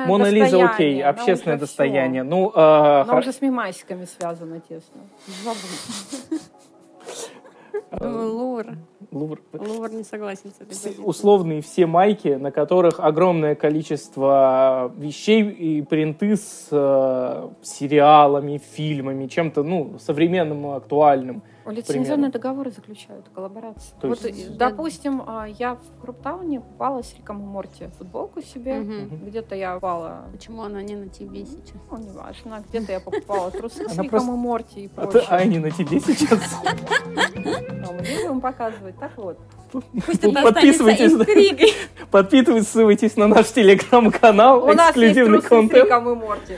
общественное Мона Лиза, достояние. окей, Она общественное уже достояние. всё. Ну, э, Она хор- уже с мемасиками связана тесно. Забудь. Лувр. Лувр. Лувр не согласен с этой Все- позицией. условные все майки, на которых огромное количество вещей и принты с э, сериалами, фильмами, чем-то, ну, современным, актуальным. Лицензионные договоры заключают, коллаборации. То Вот, есть- э, допустим, а, я в Круптауне покупала с Риком и Морти футболку себе. Мгм. Где-то я покупала, Почему она не на тебе сейчас? ну, неважно, где-то я покупала трусы с Она Риком просто- и Морти и А, ты, прочее. а они на тебе сейчас. А мы любим показывать. Так вот. Пусть это Подписывайтесь, останется интригой. подписывайтесь на наш телеграм-канал, У нас есть эксклюзивный трусы с контент. Риком и Морти.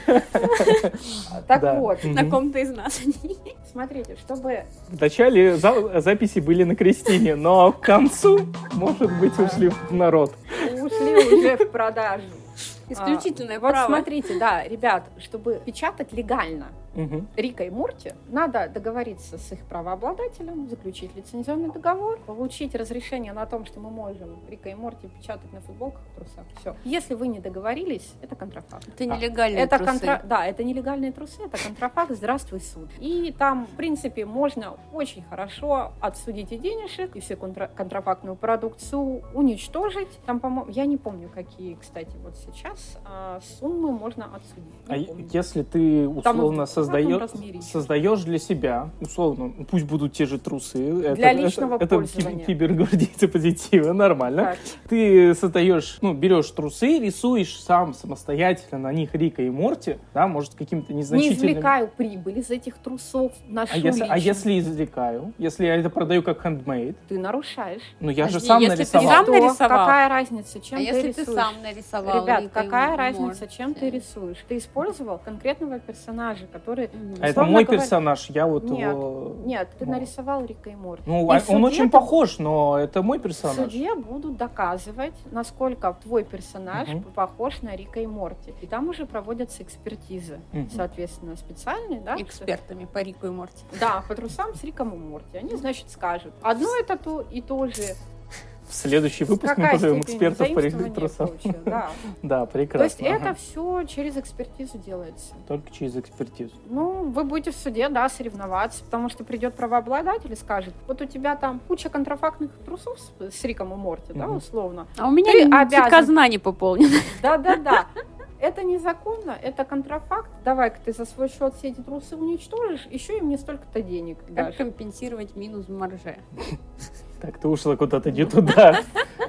Так Да. вот, Мгм. На ком-то из нас. смотрите, чтобы В начале за- записи были на Кристине, но к концу, может быть, ушли в народ. ушли уже в продажу. Исключительное А, вот право. смотрите, да, ребят, чтобы печатать легально Мгм. Рика и Морти, надо договориться с их правообладателем, заключить лицензионный договор, получить разрешение на том, что мы можем Рика и Морти печатать на футболках, трусах. Все. Если вы не договорились, это контрафакт. Это нелегальные Это трусы. контра... Да, это нелегальные трусы, это контрафакт, здравствуй, суд. И там, в принципе, можно очень хорошо отсудить и денежек, и всю контра... контрафактную продукцию уничтожить. Там, по-моему, я не помню, какие, кстати, вот сейчас а, суммы можно отсудить. Не А е- помню. если ты Там условно и в создаешь, размере еще. создаешь для себя, условно, пусть будут те же трусы, это, Для это- личного это, пользования. кибер- кибергвардейцы позитива, нормально. Так. Ты создаешь, ну, берешь трусы, рисуешь сам самостоятельно на них Рика и Морти, да, может, каким-то Не незначительным... извлекаю прибыль из этих трусов, ношу А если, а лично. если извлекаю? Если я это продаю как handmade? Ты нарушаешь. Ну, я же Подожди, сам если ты нарисовал. сам Что? нарисовал? Какая разница, чем А ты если ты рисуешь? сам нарисовал? Ребят, Рика и какая Морти? разница, чем ты рисуешь? Ты использовал конкретного персонажа, который... Мгм. А это условно мой говоря- персонаж, я вот Нет, его... Нет, ты Ну. нарисовал Рика и Морти. Ну, И а в он суде очень это- похож, но это мой В персонаж. суде будут доказывать, насколько твой персонаж Мгм. похож на Рика и Морти. И там уже проводятся экспертизы, Мгм. соответственно, специальные, да? Экспертами по Рику и Морти. Да, по трусам с Риком и Морти. Они, значит, скажут, одно это то и то же. В следующий выпуск мы Какая позовем степень экспертов по заимствования и трусам. прочее, да. Да, То прекрасно. есть это ага. все через экспертизу делается. Только через экспертизу. Ну, вы будете в суде, да, соревноваться, потому что придет правообладатель и скажет, вот у тебя там куча контрафактных трусов с, с Риком и Морти, да, Мгм. условно. А у меня Ты чуть обязан. казна не пополнена. Да-да-да. Это незаконно, это контрафакт. Давай-ка ты за свой счет все эти трусы уничтожишь, еще и мне столько-то денег Как дашь. компенсировать минус в марже? Так, ты ушла куда-то не туда.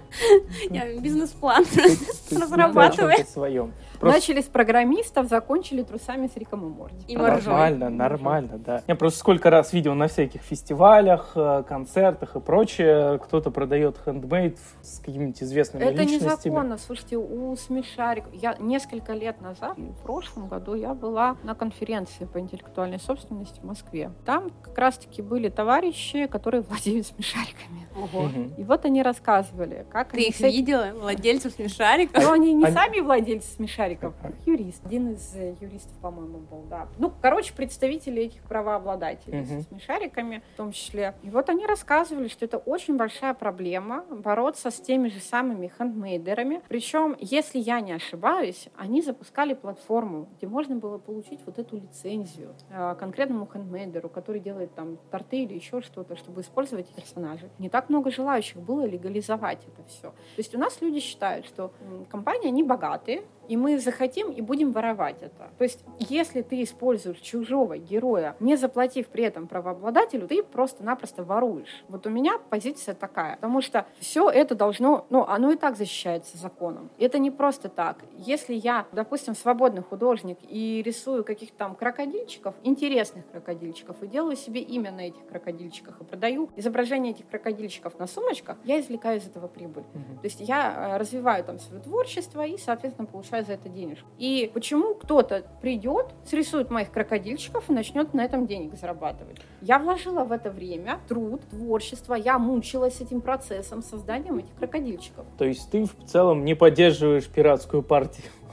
Я бизнес-план Ты разрабатываю. на чём-то своем. Просто Начали с программистов, закончили трусами с Риком и Морти. И моржой. нормально, нормально, да. Я просто сколько раз видел на всяких фестивалях, э, концертах и прочее, кто-то продает хендмейд с какими-нибудь известными Это личностями. незаконно. Слушайте, у смешариков... Я несколько лет назад, в прошлом году, я была на конференции по интеллектуальной собственности в Москве. Там как раз-таки были товарищи, которые владеют смешариками. Ого. Мгм. И вот они рассказывали, как Ты они... их с этим- видела? Владельцев смешариков? Но они не Они- сами владельцы смешариков, а юрист. Один из э, юристов, по-моему, был, да. Ну, короче, представители этих правообладателей Мгм. со смешариками в том числе. И вот они рассказывали, что это очень большая проблема бороться с теми же самыми хендмейдерами. Причем, если я не ошибаюсь, они запускали платформу, где можно было получить вот эту лицензию э, конкретному хендмейдеру, который делает там торты или еще что-то, чтобы использовать персонажей. Не так много желающих было легализовать это все. То есть у нас люди считают, что м, компании, они богатые, и мы захотим и будем воровать это. То есть, если ты используешь чужого героя, не заплатив при этом правообладателю, ты просто-напросто воруешь. Вот у меня позиция такая. Потому что все это должно, ну, оно и так защищается законом. Это не просто так. Если я, допустим, свободный художник и рисую каких-то там крокодильчиков, интересных крокодильчиков, и делаю себе имя на этих крокодильчиках, и продаю изображение этих крокодильчиков на сумочках, я извлекаю из этого прибыль. Мгм. То есть я э, развиваю там свое творчество и, соответственно, получаю за это денежку. И почему кто-то придет, срисует моих крокодильчиков и начнет на этом денег зарабатывать? Я вложила в это время труд, творчество, я мучилась этим процессом, созданием этих крокодильчиков. То есть ты в целом не поддерживаешь пиратскую партию.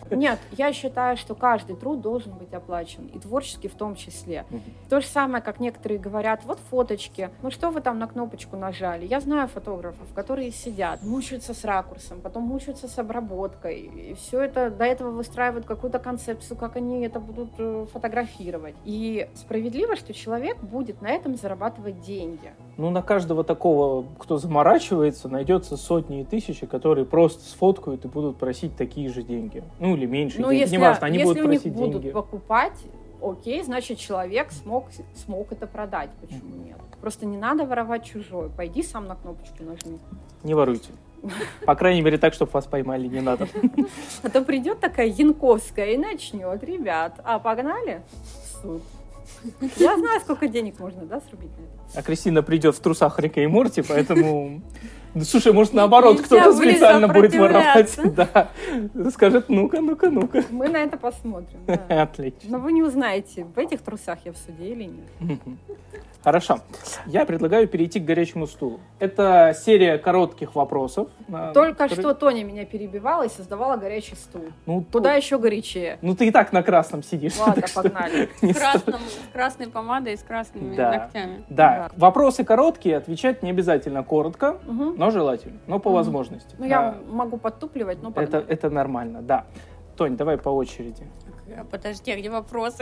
Нет, я считаю, что каждый труд должен быть оплачен, и творческий в том числе. Мгм. То же самое, как некоторые говорят, вот фоточки, ну что вы там на кнопочку нажали? Я знаю фотографов, которые сидят, мучаются с ракурсом, потом мучаются с обработкой, и все это, до этого выстраивают какую-то концепцию, как они это будут э, фотографировать. И справедливо, что человек будет на этом зарабатывать деньги. Ну, на каждого такого, кто заморачивается, найдется сотни и тысячи, которые просто сфоткают и будут просить такие же деньги. Ну, или меньше Но денег. если, Неважно, они если будут у них просить будут деньги. покупать, окей, значит, человек смог, смог это продать. Почему нет? Просто не надо воровать чужое. Пойди сам на кнопочку нажми. Не воруйте. По крайней мере, так, чтобы вас поймали, не надо. А то придет такая Янковская и начнет. Ребят, а погнали в суд. Я знаю, сколько денег можно, да, срубить на это. А Кристина придет в трусах Рика и Морти, поэтому... Ну, слушай, может, наоборот, Нельзя кто-то будет специально будет воровать. сопротивляться. Да. Скажет, ну-ка, ну-ка, ну-ка. Мы на это посмотрим. Да. Отлично. Но вы не узнаете, в этих трусах я в суде или нет. Мгм. Хорошо. Я предлагаю перейти к горячему стулу. Это серия коротких вопросов. на- Только которые- что Тоня меня перебивала и создавала горячий стул. Ну, Куда то- еще горячее? Ну, ты и так на красном сидишь. Ладно, так что погнали. не С, стоит. красным, с красной помадой и с красными Да. ногтями. Да, вопросы короткие, отвечать не обязательно коротко, Мгм. но желательно, но по Мгм. возможности. Ну, я Да. могу подтупливать, но это, погнали. это нормально, да. Тонь, давай по очереди. А, Подожди, а где вопросы?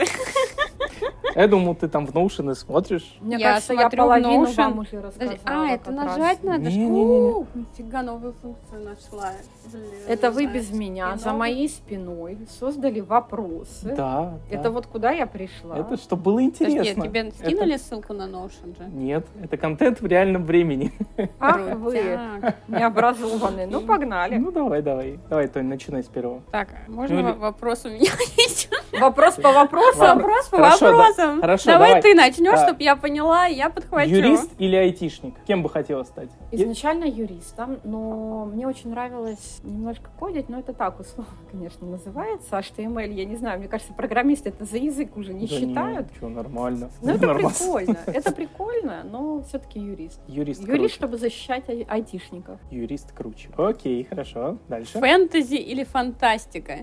Я думал, ты там в Notion смотришь. Мне Я кажется, я смотрю в половину Notion. вам уже рассказала. Подожди, а, это как раз. нажать надо? Не-не-не-не. У, Нифига, новую функцию нашла. Блин, Это не вы знаю. без меня, И за новый- моей спиной создали вопросы. Да, Это да. вот куда я пришла. Это чтобы было Подожди, интересно. тебе скинули ссылку на Notion же? Нет, это контент в реальном времени. Ах вы, Крутяк. необразованные. Ну, погнали. Ну, давай, давай. Давай, Тонь, начинай с первого. Так, можно Ну, или- во- вопрос у меня есть? Вопрос по вопросу. Вопрос по Хорошо, да. вопросам. Хорошо, Давай давай. ты начнешь, А, чтобы я поняла, и я подхвачу. Юрист или айтишник? Кем бы хотела стать? Изначально юристом, но мне очень нравилось немножко кодить, но это так условно, конечно, называется. эйч ти эм эль, я не знаю, мне кажется, программисты это за язык уже не Да считают. Что, нормально. Ну, это Нормально. прикольно. Это прикольно, но все-таки юрист. Юрист Юрист, круче. чтобы защищать ай- айтишников. Юрист круче. Окей, хорошо. Дальше. Фэнтези или фантастика?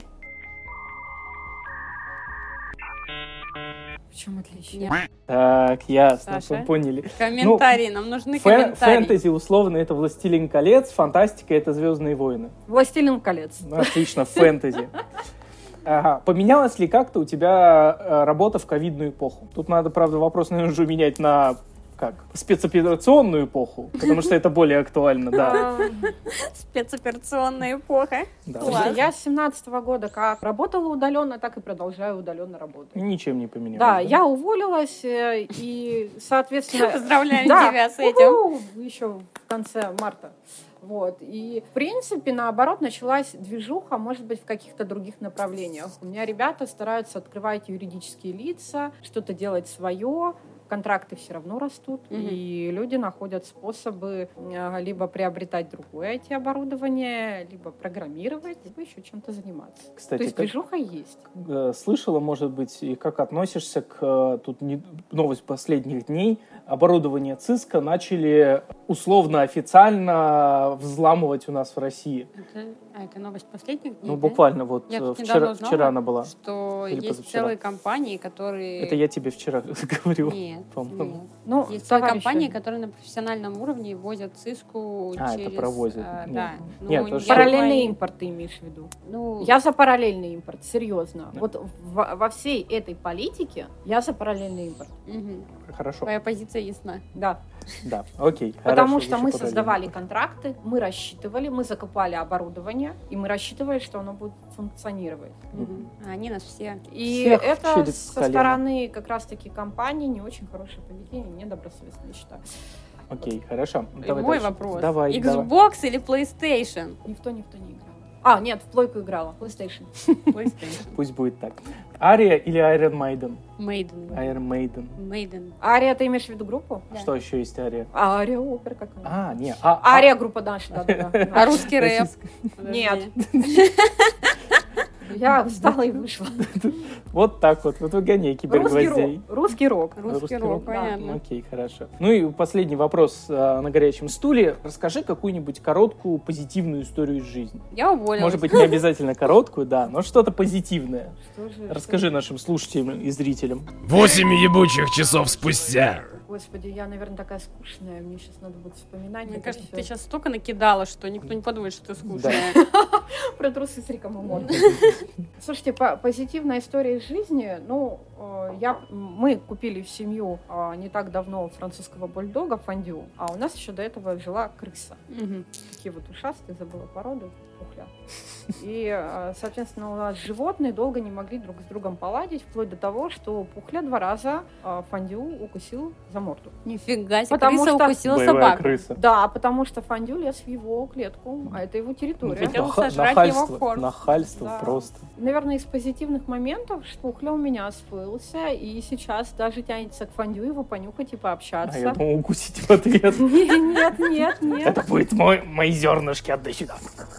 В чем отличие? Нет. Так, ясно, Саша? вы поняли. Комментарии, нам нужны Фэ- комментарии. Фэнтези, условно, это «Властелин колец», фантастика — это «Звездные войны». Властелин колец. Ну, отлично, фэнтези. Ага. Поменялась ли как-то у тебя э, работа в ковидную эпоху? Тут надо, правда, вопрос, наверное, уже менять на как? Спецоперационную эпоху, потому что это более актуально, да. А, Спецоперационная эпоха. Да. Класс. слушайте, Я с семнадцатого года как работала удаленно, так и продолжаю удаленно работать. Ничем не поменялось. Да, я уволилась, э, и, соответственно... Поздравляем Да. тебя с этим. Еще в конце марта. Вот. И, в принципе, наоборот, началась движуха, может быть, в каких-то других направлениях. У меня ребята стараются открывать юридические лица, что-то делать свое, контракты все равно растут, Мгм. и люди находят способы э, либо приобретать другое ай ти-оборудование, либо программировать, либо еще чем-то заниматься. Кстати, То есть как- движуха есть. Э, слышала, может быть, и как относишься к э, тут не- новость последних дней, оборудование Cisco начали условно официально взламывать у нас в России. Это, а, это новость последних дней, Ну, да? буквально вот Я э, тут вчера, недавно узнала, вчера она была. что Или есть позавчера. целые компании, которые... Это я тебе вчера говорил. Нет, по-моему. нет. Ну, Есть целые товарищи, компании, которые на профессиональном уровне возят циску А, через... это провозят. а, Нет. да. Ну, Нет, я то, что- Параллельный думаю, импорт ты имеешь в виду? Ну, Я за параллельный импорт, серьезно. Да. Вот в- во всей этой политике я за параллельный импорт. мгм. Хорошо. Твоя позиция ясна. Да. Да, окей. Потому хорошо, что лучше мы параллельно. создавали контракты, мы рассчитывали, мы закупали оборудование, и мы рассчитывали, что оно будет функционировать. Мгм. А они нас все... И Всех это через со колено. стороны как раз-таки компании не очень хорошее поведение, недобросовестно, я считаю. Окей, хорошо. И Давай мой дальше. вопрос. Давай, давай. Xbox или PlayStation? Никто, никто не играл. А, нет, в плойку играла, PlayStation. PlayStation. Пусть будет так. Ария или Iron Maiden? Maiden. Iron Maiden. Maiden. Ария, ты имеешь в виду группу? Да. Что еще есть Ария? А, Ария опера какая-то. А, не. А, а- Ария группа наша, да-да-да. А русский рэп? Нет. Подожди. Я встала и вышла. Вот так вот, вот выгоняй кибергвоздей. Русский рок. Русский рок, понятно. Окей, хорошо. Ну и последний вопрос а, на горячем стуле. Расскажи какую-нибудь короткую позитивную историю из жизни. Я уволилась. Может быть, не обязательно короткую, да, но что-то позитивное. Что же, Расскажи что... нашим слушателям и зрителям. Восемь ебучих часов спустя. Господи, я, наверное, такая скучная. Мне сейчас надо будет вспоминать. Мне это кажется, всё. ты сейчас столько накидала, что никто не подумает, что ты скучная. Про трусы с Риком и Морти. Слушайте, по- позитивная история из жизни. Ну, э, я, мы купили в семью э, не так давно французского бульдога Фондю, а у нас еще до этого жила крыса. Мгм. Такие вот ушастые, забыла породу, пухля. И, э, соответственно, у нас животные долго не могли друг с другом поладить, вплоть до того, что Пухля два раза э, Фондю укусил за морду. Нифига себе, Потому крыса что- укусила Боевая собаку. крыса. Да, потому что Фондю лез в его клетку, а это его территория. Хотел Наха- сожрать его нахальство, корм. нахальство Да. просто. Наверное, из позитивных моментов, что Пухля у меня освоился, и сейчас даже тянется к Фондю его понюхать и А пообщаться. я думал, укусить в ответ. Нет, нет, нет. Это будет мой, мои зернышки, отдай сюда.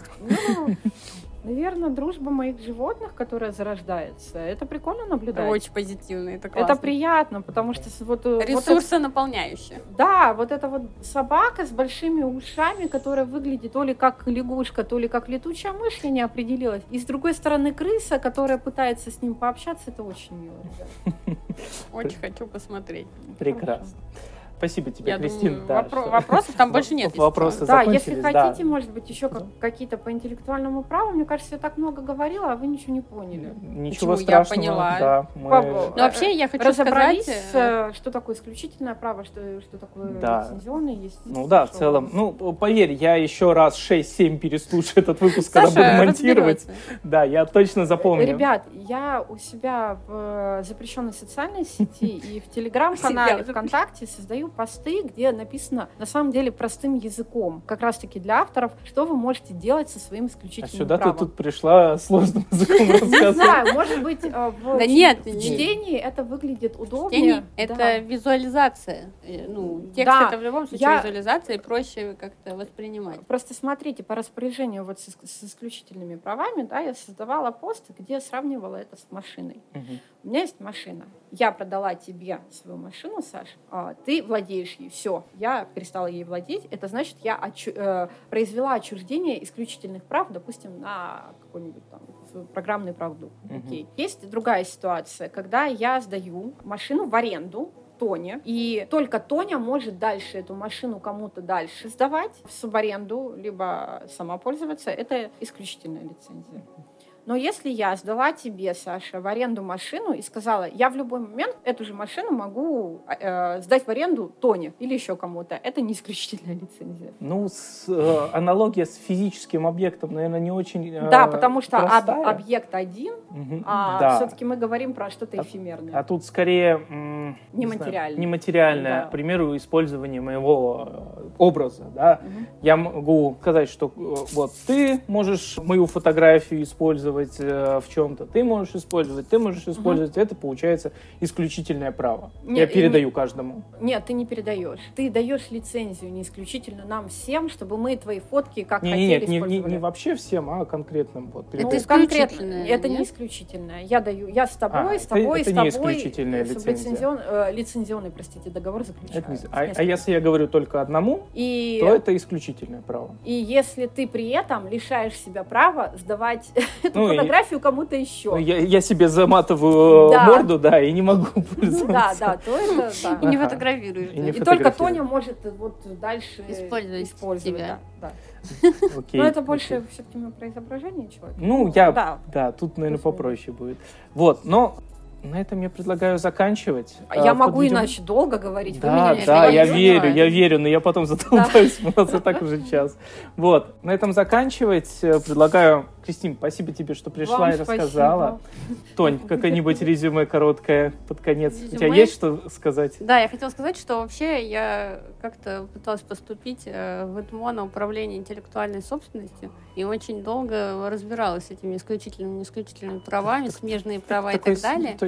Ну, наверное, дружба моих животных, которая зарождается, это прикольно Это наблюдать. очень позитивно, это классно. Это приятно, потому что с- вот, э, вот Ресурсонаполняющее. это- да, вот эта вот собака с большими ушами, которая выглядит то ли как лягушка, то ли как летучая мышь, я не определилась. И с другой стороны крыса, которая пытается с ним пообщаться, это очень мило. ребят. Очень хочу посмотреть. Прекрасно. Спасибо тебе, Я Кристина. думаю, да, вопро- что- вопросов там больше нет, если Вопросы что. Да, закончились, если да. хотите, может быть, еще как- какие-то по интеллектуальному праву. Мне кажется, я так много говорила, а вы ничего не поняли. Ничего Почему? Я страшного. поняла. Да, мы- Павел, Ну, вообще, я хочу Разобрались, сказать... с, э, э, что такое исключительное право, что, что такое Да. лицензионное есть. Ну да, в Что- целом. Ну, поверь, я еще раз шесть-семь переслушаю этот выпуск, когда Саша буду монтировать. разберется. Да, я точно запомню. Ребят, я у себя в э, запрещенной социальной сети и в Телеграм-канале Себя ВКонтакте создаю посты, где написано на самом деле простым языком, как раз-таки для авторов, что вы можете делать со своим А исключительным сюда ты правом. тут пришла сложным языком Не рассказывать. знаю, может быть, э, в Да нет, в не- чтении это выглядит удобнее. Чтение — Да. это визуализация. Э, Ну, текст Да, это в любом случае я- визуализация, и проще как-то воспринимать. Просто смотрите, по распоряжению вот с, с исключительными правами, да, я создавала пост, где сравнивала это с машиной. Мгм. У меня есть машина. Я продала тебе свою машину, Саш. а, Ты владеешь ей. Все. Я перестала ей владеть. Это значит, я отчу- э, произвела отчуждение исключительных прав, допустим, на какой-нибудь там в- программный продукт. Мгм. Окей. Есть другая ситуация, когда я сдаю машину в аренду Тоне, и только Тоня может дальше эту машину кому-то дальше сдавать в субаренду, либо сама пользоваться. Это исключительная лицензия. Но если я сдала тебе, Саша, в аренду машину и сказала, я в любой момент эту же машину могу э, сдать в аренду Тоне или еще кому-то, это не исключительная лицензия. Ну, с, э, аналогия с физическим объектом, наверное, не очень э, Да, потому что об- простая. объект один, Мгм. а Да. все-таки мы говорим про что-то А- эфемерное. А тут скорее м, не знаю, Нематериальное. нематериальное. Да. К примеру, использование моего э, образа. Да? Мгм. Я могу сказать, что э, вот ты можешь мою фотографию использовать э, в чем-то, ты можешь использовать, ты можешь использовать. Это получается исключительное право. Не- Я и передаю каждому. Нет, ты не передаешь. Ты даешь лицензию не исключительно нам всем, чтобы мы твои фотки как Не, хотели не, нет, не, не, использовали. не вообще всем, а конкретным. Вот, Ну, Это передаю. конкретно, исключительное, это нет? не исключительное. Я даю, я с тобой, А, с это- тобой, это с не тобой. исключительная э, лицензия. сублицензион- э, лицензионный, простите, договор Это заключаю. не- с а, а несколькими. если я говорю только одному, И, то это исключительное право. и если ты при этом лишаешь себя права сдавать эту Ну, и- фотографию кому-то еще. Ну, Я, я себе заматываю Да. морду, да, и не могу пользоваться. Да, да, то это да. И не Ага. фотографируешь. И да. не И только фотографируй. Тоня может вот дальше Использовать использовать. тебя. Да, да. Окей, Но это окей. больше все-таки мы про изображение человека. Ну, я, Да. да, тут, наверное, Плюс-минус. попроще будет. Вот, но на этом я предлагаю заканчивать. А Я А, могу подведем- иначе долго говорить. Вы Да, меня да, не я понимаете. верю, я верю, но я потом задолбаюсь, у нас и так уже час. Вот, на этом заканчивать. Э, Предлагаю, Кристин, спасибо тебе, что пришла Вам и рассказала. спасибо. Тонь, какое-нибудь резюме короткое под конец? У тебя Резюме? есть что сказать? Да, я хотела сказать, что вообще я как-то пыталась поступить э, в ЭТМО на управление интеллектуальной собственностью и очень долго разбиралась с этими исключительными, неисключительными правами, смежные права и Такой так далее. с- То есть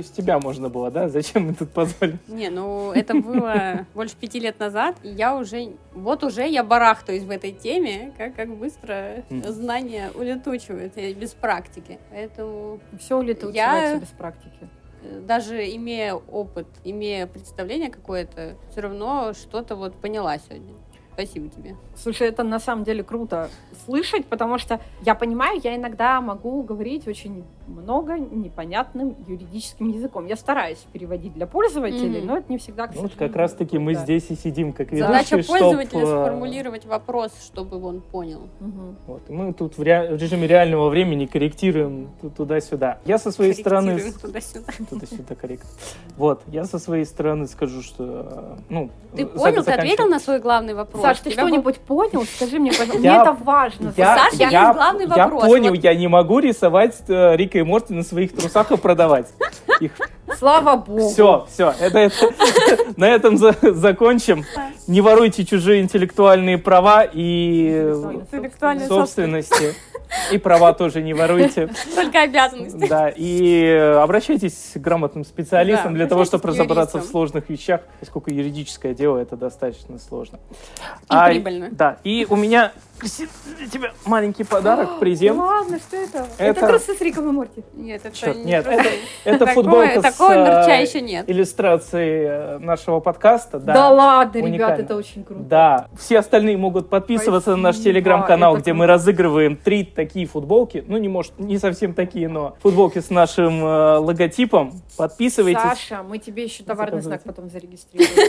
против тебя можно было, да? Зачем мы тут позвали? Не, ну это было больше пяти лет назад, и я уже, вот уже я барахтаюсь в этой теме, как, как быстро знания улетучиваются без практики. Поэтому Все улетучивается я... без практики. Даже имея опыт, имея представление какое-то, все равно что-то вот поняла сегодня. Спасибо тебе. Слушай, это на самом деле круто слышать, потому что я понимаю, я иногда могу говорить очень много непонятным юридическим языком. Я стараюсь переводить для пользователей, Mm-hmm. но это не всегда, к Ну, вот сожалению, как раз-таки мы да. здесь и сидим, как Задача ведущие, пользователя чтоб, э, сформулировать вопрос, чтобы он понял. Мгм. Вот, и мы тут в, ре... в режиме реального времени корректируем ту- туда-сюда. Я со своей стороны... Корректируем туда-сюда. Туда-сюда корректно. Вот, я со своей стороны скажу, что... э, Ну, Ты за- понял, ты заканчивая- ответил на свой главный вопрос? Саш, ты Тебя был- что-нибудь понял? Скажи мне, пожалуйста. Мне Я- это важно. Я, Саша, есть я, главный я вопрос. понял, Вот. я не могу рисовать э, Рика и Морти на своих трусах и продавать их. Слава богу. Все, все, это, это, на этом за- закончим. Не воруйте чужие интеллектуальные права и Интеллектуальная собственности. И права тоже не воруйте. Только обязанности. Да, и э, обращайтесь к грамотным специалистам Да, для того, обращайтесь чтобы к разобраться в юристам. сложных вещах, поскольку юридическое дело это достаточно сложно. И прибыльно. Да, и у меня Кристина, для тебя маленький подарок, презент. Ладно, что это? Это- Это трусы с Риком и Морти. Нет, это Чёрт, не нет, просто- это, это Такое- футболка такого с мерча э, еще нет. иллюстрацией э, нашего подкаста. Да, Да, ладно, уникально. ребят, это очень круто. Да, все остальные могут подписываться на наш Спасибо, телеграм-канал, это где круто. мы разыгрываем три такие футболки. Ну, не может, не совсем такие, но футболки с нашим э, логотипом. Подписывайтесь. Саша, мы тебе еще товарный знак Заказывайте. потом зарегистрируем.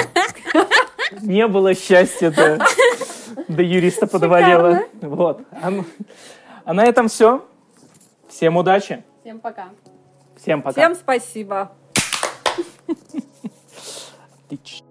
Не было счастья до, до юриста подвалило. Вот. А, ну- а на этом все. Всем удачи. Всем пока. Всем пока. Всем спасибо. Отлично.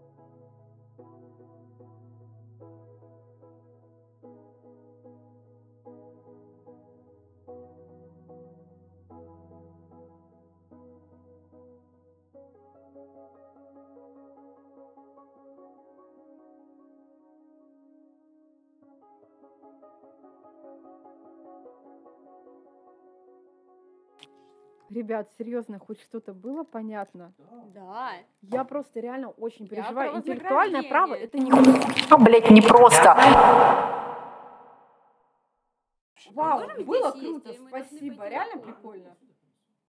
Ребят, серьезно, хоть что-то было понятно? Да. Я просто реально очень Я переживаю. про Интеллектуальное право — это вознаграждение. не... А, блядь, не просто. Вау, Можем было здесь есть, круто, или мы должны спасибо, пойти реально на кухню? прикольно.